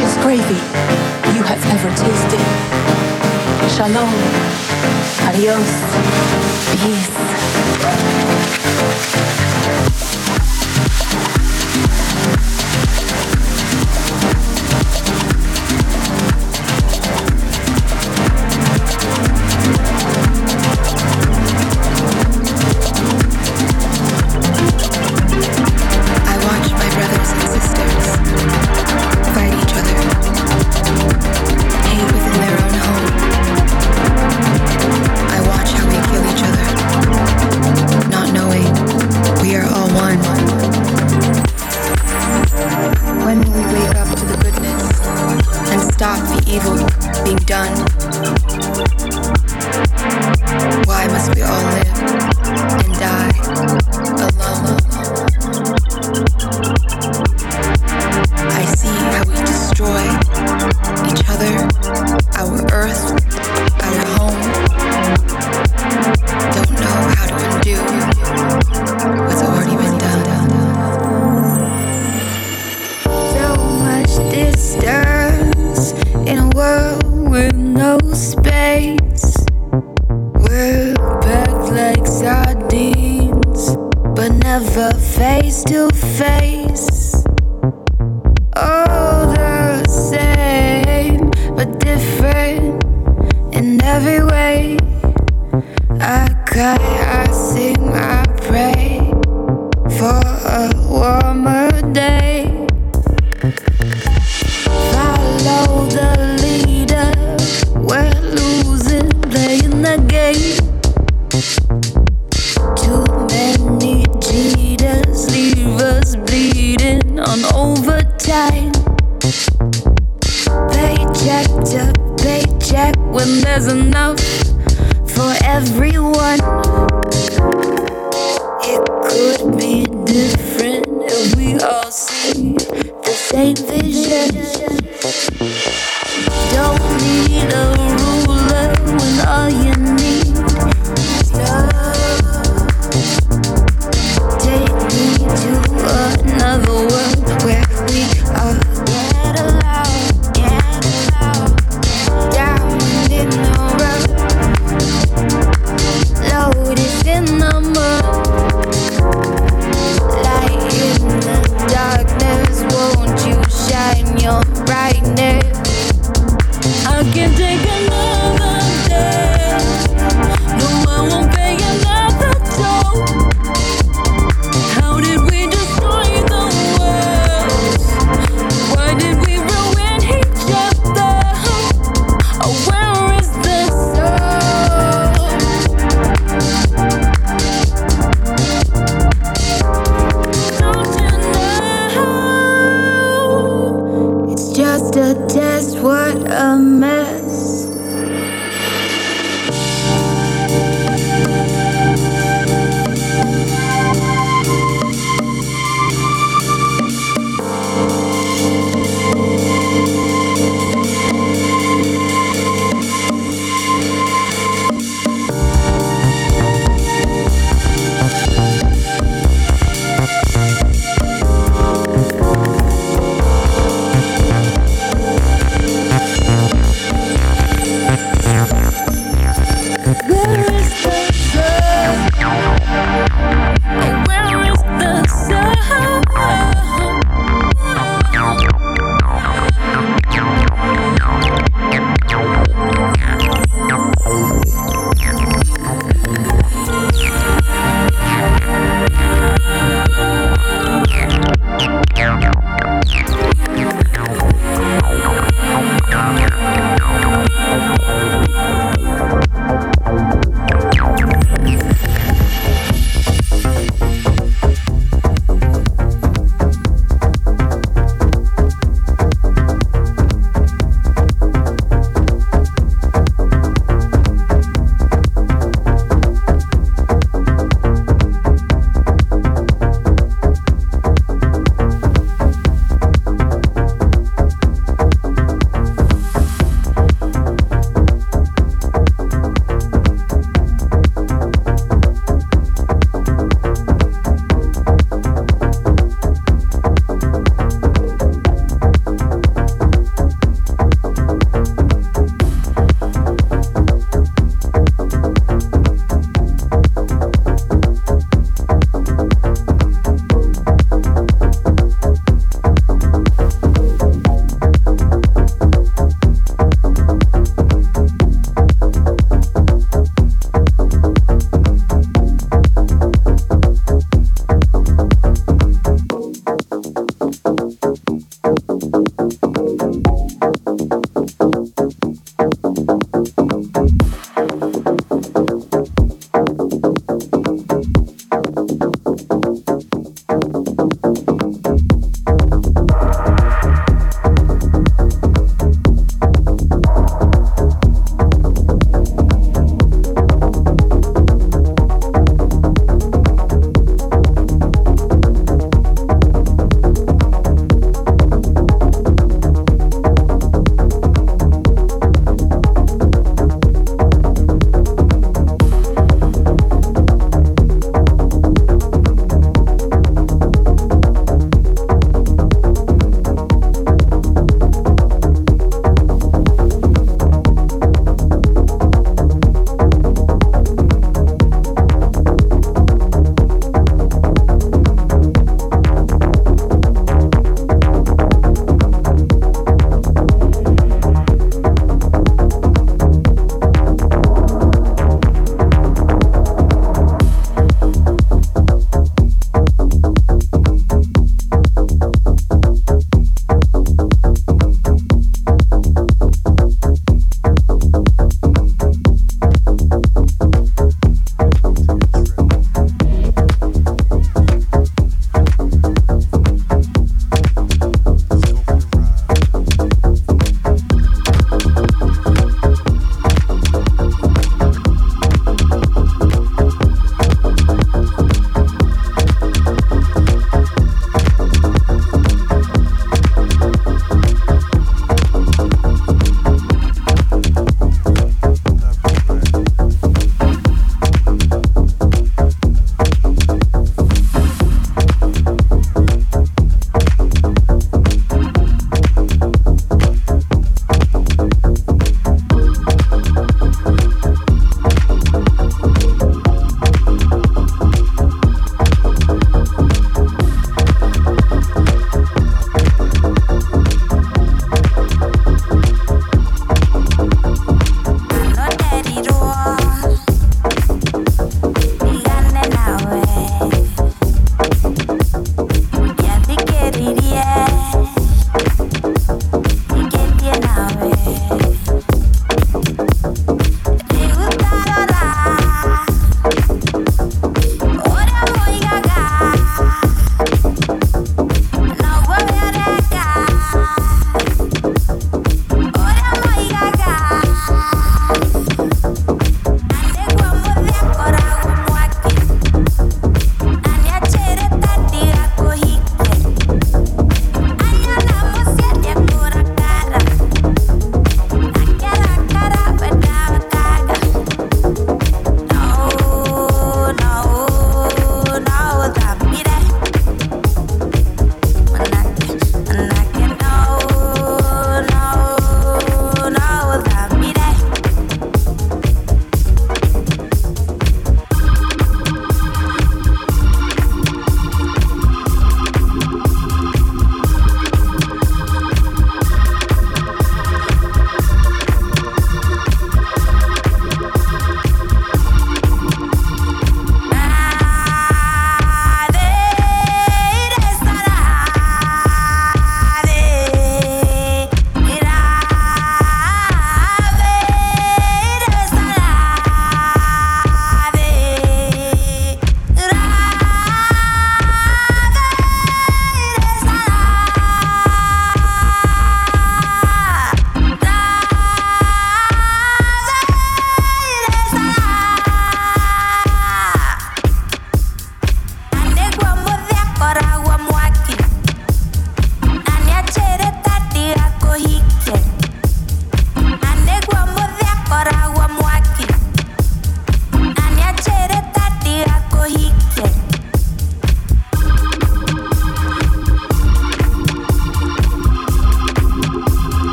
richest gravy you have ever tasted. Shalom. Adios. Peace.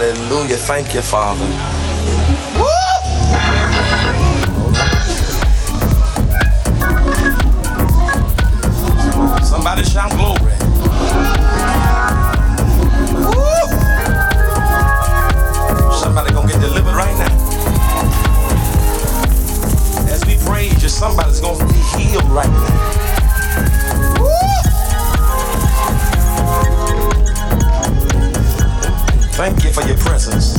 Hallelujah. Thank you, Father. Somebody shout glory. Woo! Somebody gonna get delivered right now. As we praise you, somebody's gonna be healed right now. Woo! Thank you for your presence.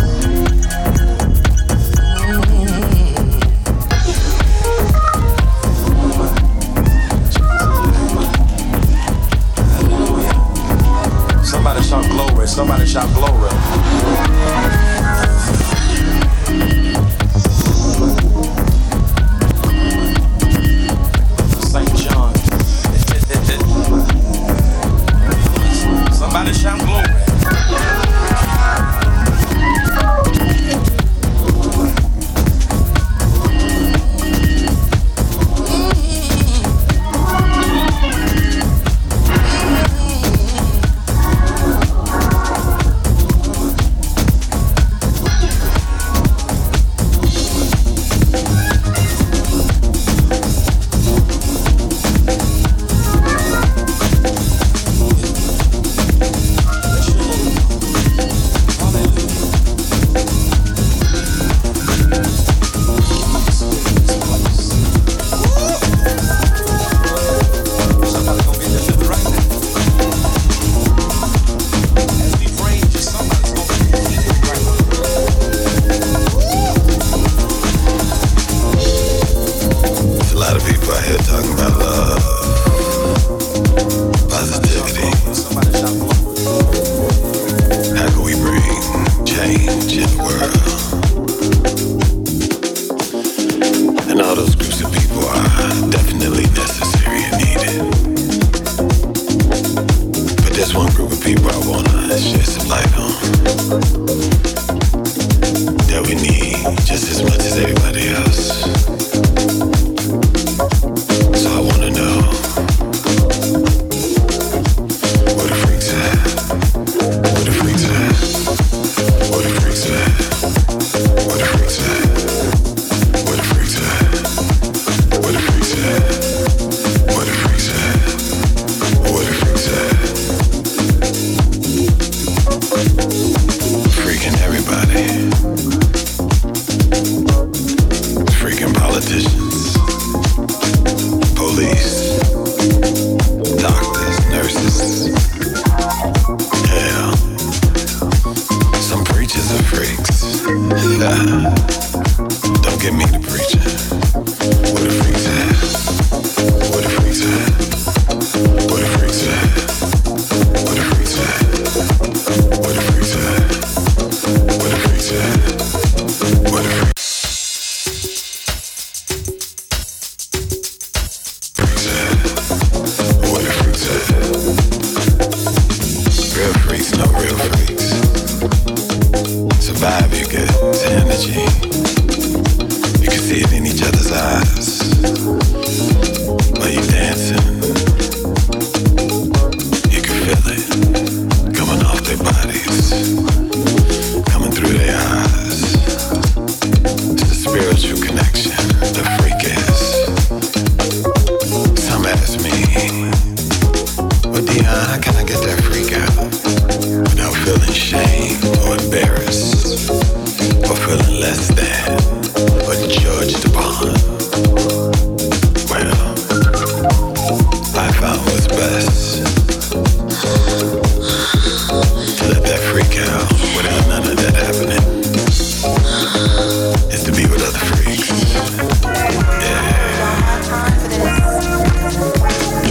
Somebody shout glory. Somebody shout glory. Saint John. Somebody shout glory.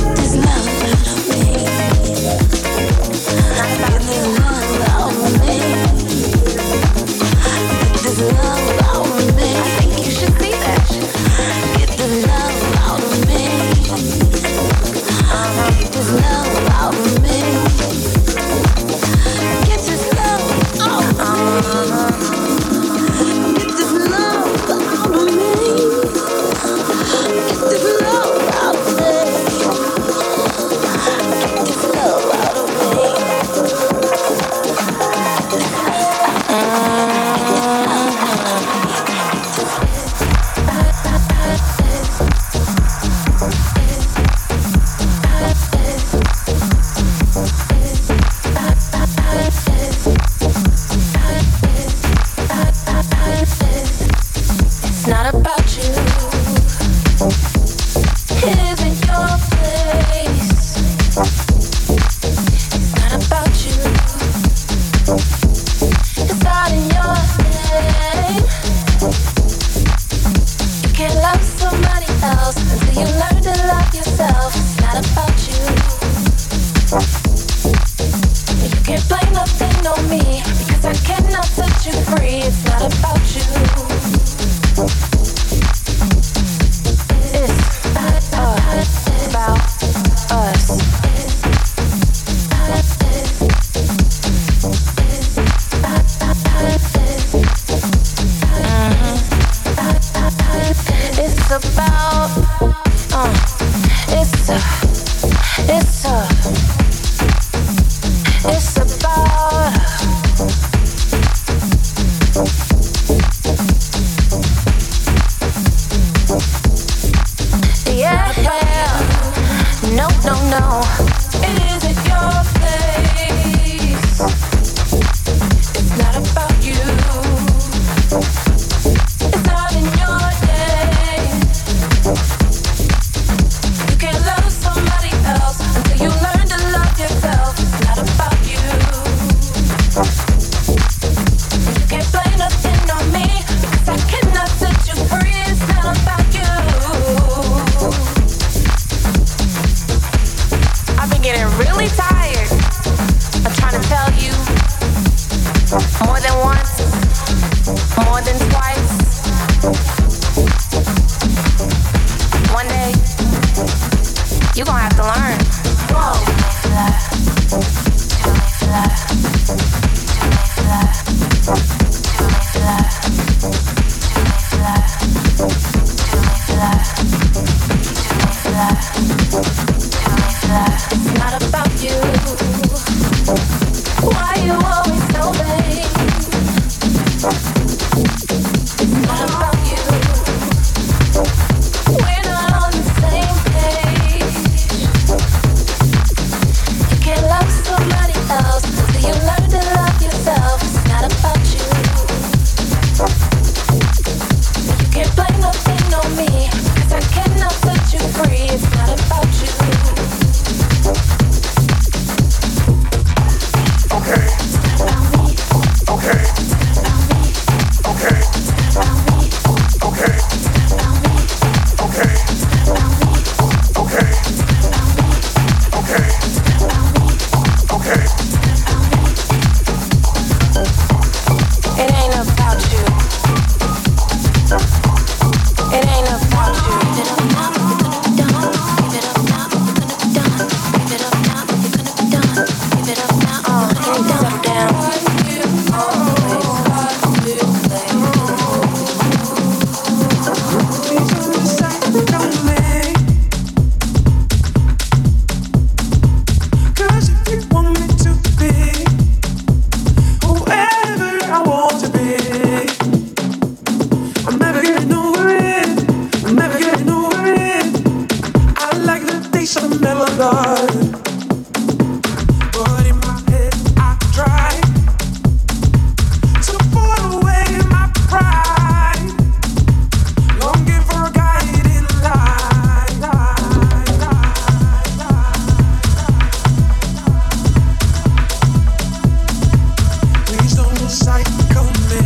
Love me. No, no, no. It isn't your place. It's not about you. It's not in your name. You can't love somebody else until you learn to love yourself. It's not about you. You can't blame nothing on me because I cannot set you free. It's not about you. I've been getting really tired of trying to tell you more than once, more than twice. One day, you're gonna have to learn. Whoa. Too late for that. Too late for that. Too late for that. Too late for that. Too late for that. Too late for that. Too late for that. It's not about you. Why you always so vain? It's not about you. We're not on the same page. You can't love somebody else until you learn to love yourself. It's not about you. You can't blame nothing on me, cause I cannot set you free. It's not about you. Okay. Okay. Okay. Okay. Okay. Okay. Okay. Okay. It ain't about you. It ain't about you. Give it up now, you're gonna be done. Give it up now, you're gonna be done. Give it up now, you're gonna be done. Give it up now, oh, can you settle down? Cause if you want me to be whoever I want to be, I'm never getting over it. I'm never getting over it. I like the taste of the melody, but in my head I try to put away my pride, longing for a guiding light. Please don't lose sight of me.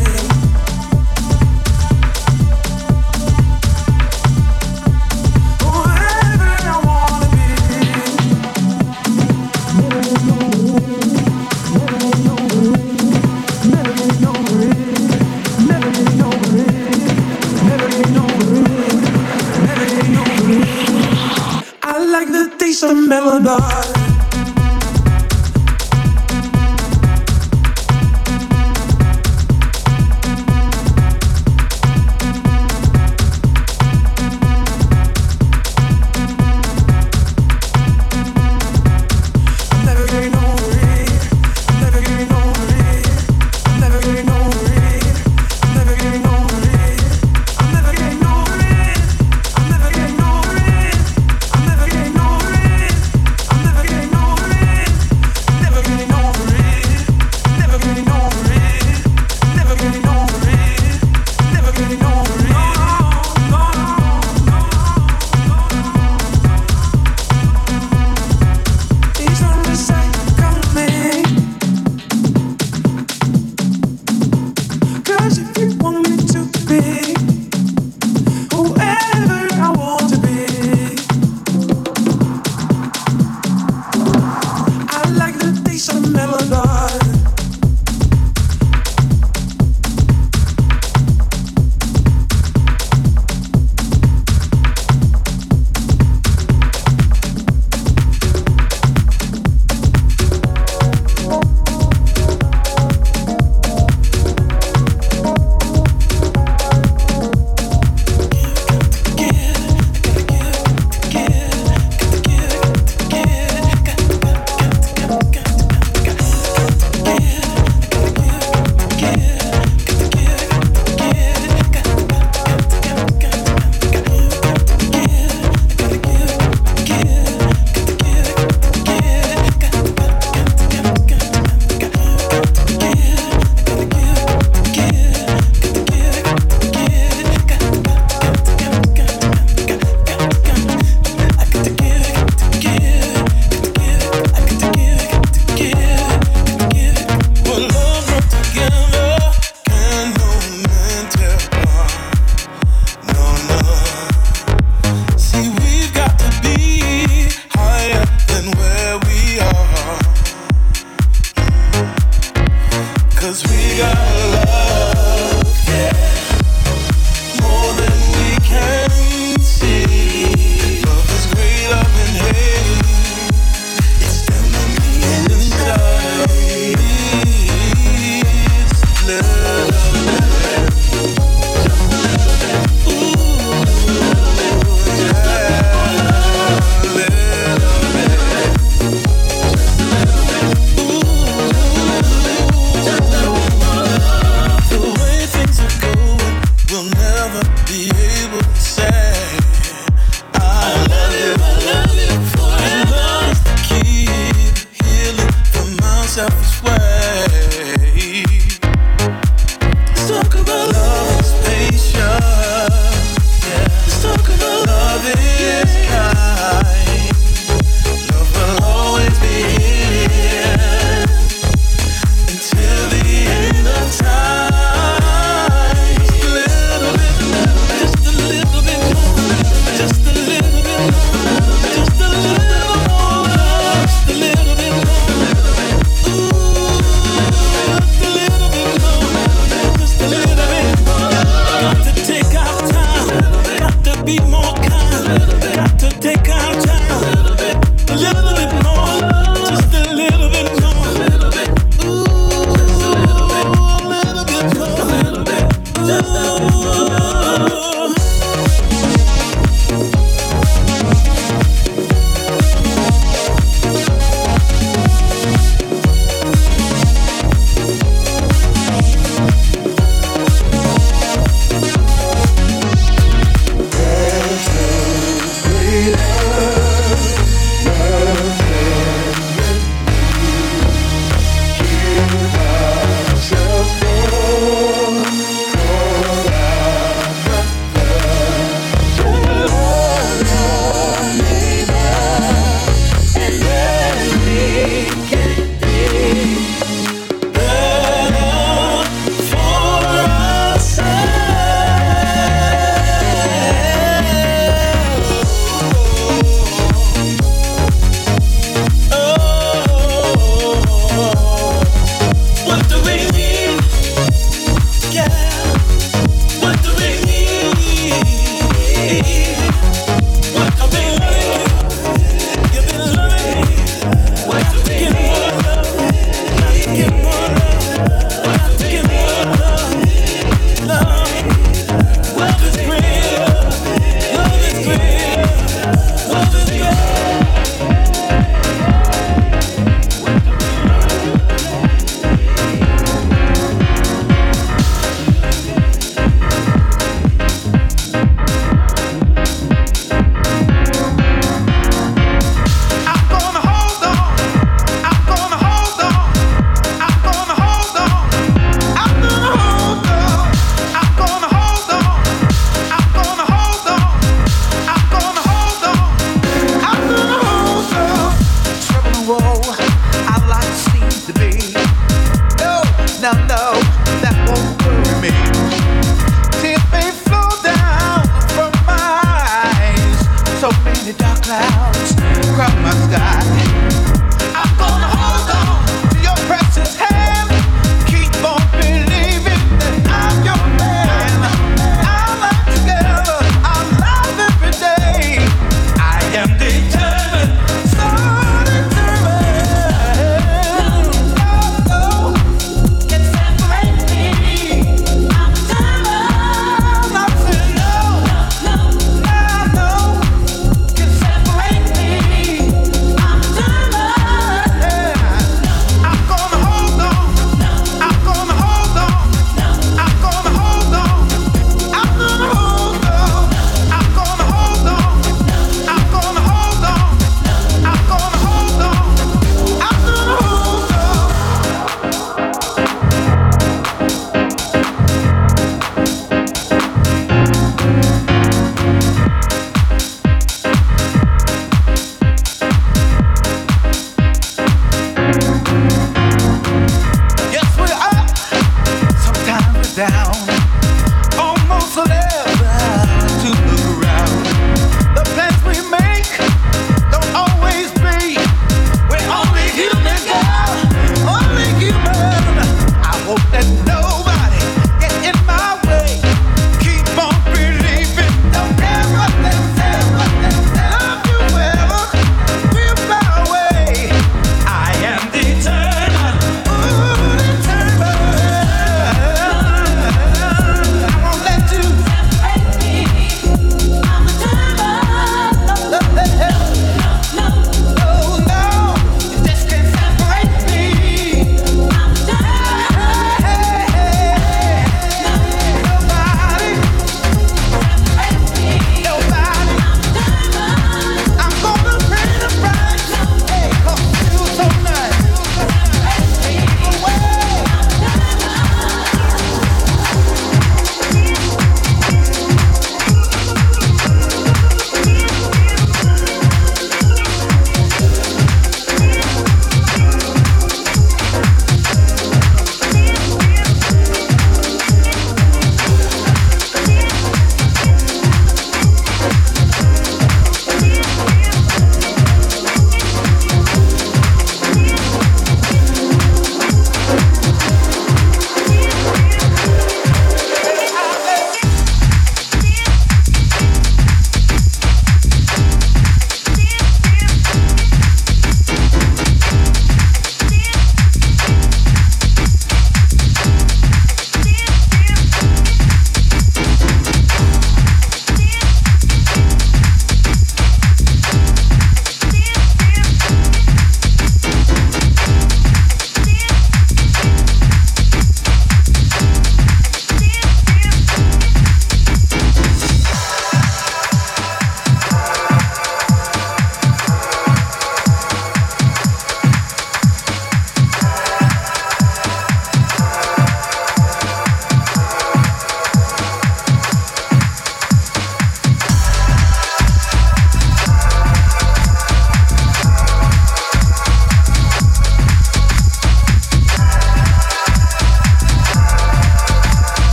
Whoever I wanna be. I like the taste of melody. I'm never getting over it. I'm never getting over it. I'm never getting over it. I'm never getting over it. I'm never getting over it. I'm never getting over it. I'm never getting over it. I'm never getting Just a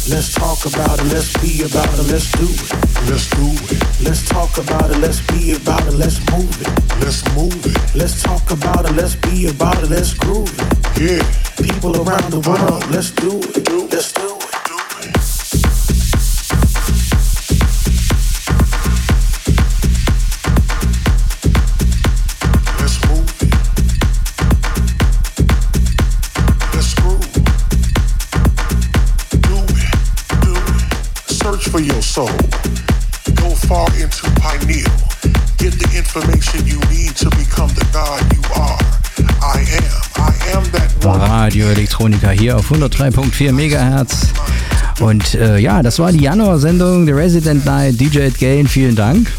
Let's talk about it, let's be about it, let's do it. Let's do it. Let's talk about it, let's be about it, let's move it. Let's move it. Let's talk about it, let's be about it, let's groove it. Yeah. People around the world, let's do it. Do it. Let's do it. Do it. Let's move it. Let's groove. Do it. Do it. Search for your soul. Go far into pineal. Get the information you need to become the God you are. I am. I am that one. Radio Elektronika hier auf hundertdrei Komma vier Megahertz. Und äh, ja, das war die Januar-Sendung der Resident Night. D J Gain, vielen Dank.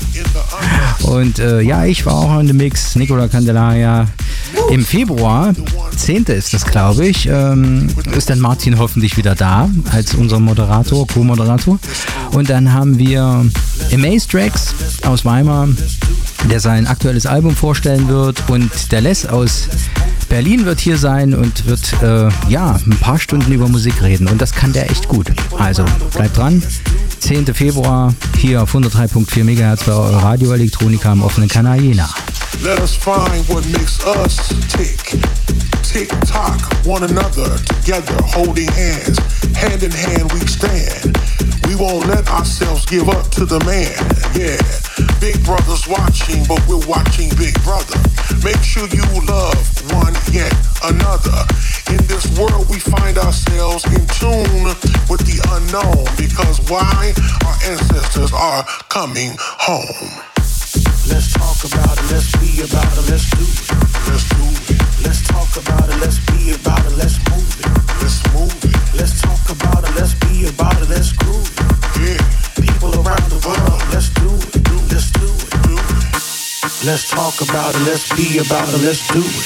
Und äh, ja, ich war auch in dem Mix. Nicola Candelaria. Im Februar, zehnte ist das, glaube ich, ähm, ist dann Martin hoffentlich wieder da als unser Moderator, Co-Moderator. Und dann haben wir Amaze Tracks aus Weimar, der sein aktuelles Album vorstellen wird. Und der Les aus Berlin wird hier sein und wird äh, ja ein paar Stunden über Musik reden. Und das kann der echt gut. Also bleibt dran. zehnten Februar hier auf hundertdrei Komma vier Megahertz bei Radio Elektronika am offenen Kanal Jena. Let us find what makes us tick. Tick tock one another together, holding hands. Hand in hand we stand. We won't let ourselves give up to the man. Yeah, Big Brother's watching, but we're watching Big Brother. Make sure you love one yet another. In this world we find ourselves in tune with the unknown. Because why? Our ancestors are coming home. Let's talk about it, let's be about it, let's do it. Let's do it. Let's talk about it, let's be about it, let's move it. Let's move it. Let's talk about it, let's be about it, let's groove it. Yeah. People around the world, let's do it. Do it. Let's do it. Do it. Let's talk about it, let's be about it, let's do it.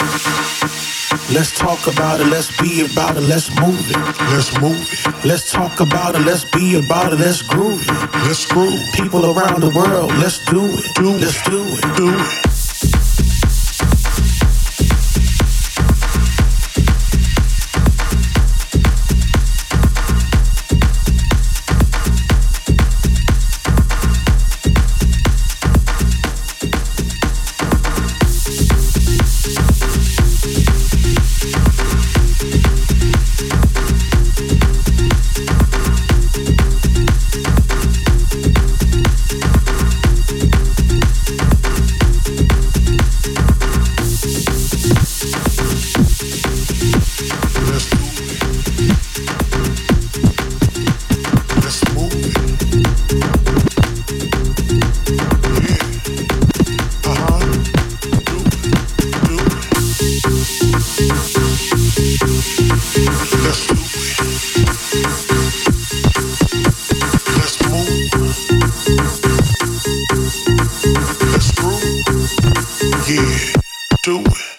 Let's talk about it, let's be about it, let's move it. Let's move it. Let's talk about it, let's be about it, let's groove it. Let's groove. People around the world, let's do it. Do it. Let's do it. Do it. Yeah, do it.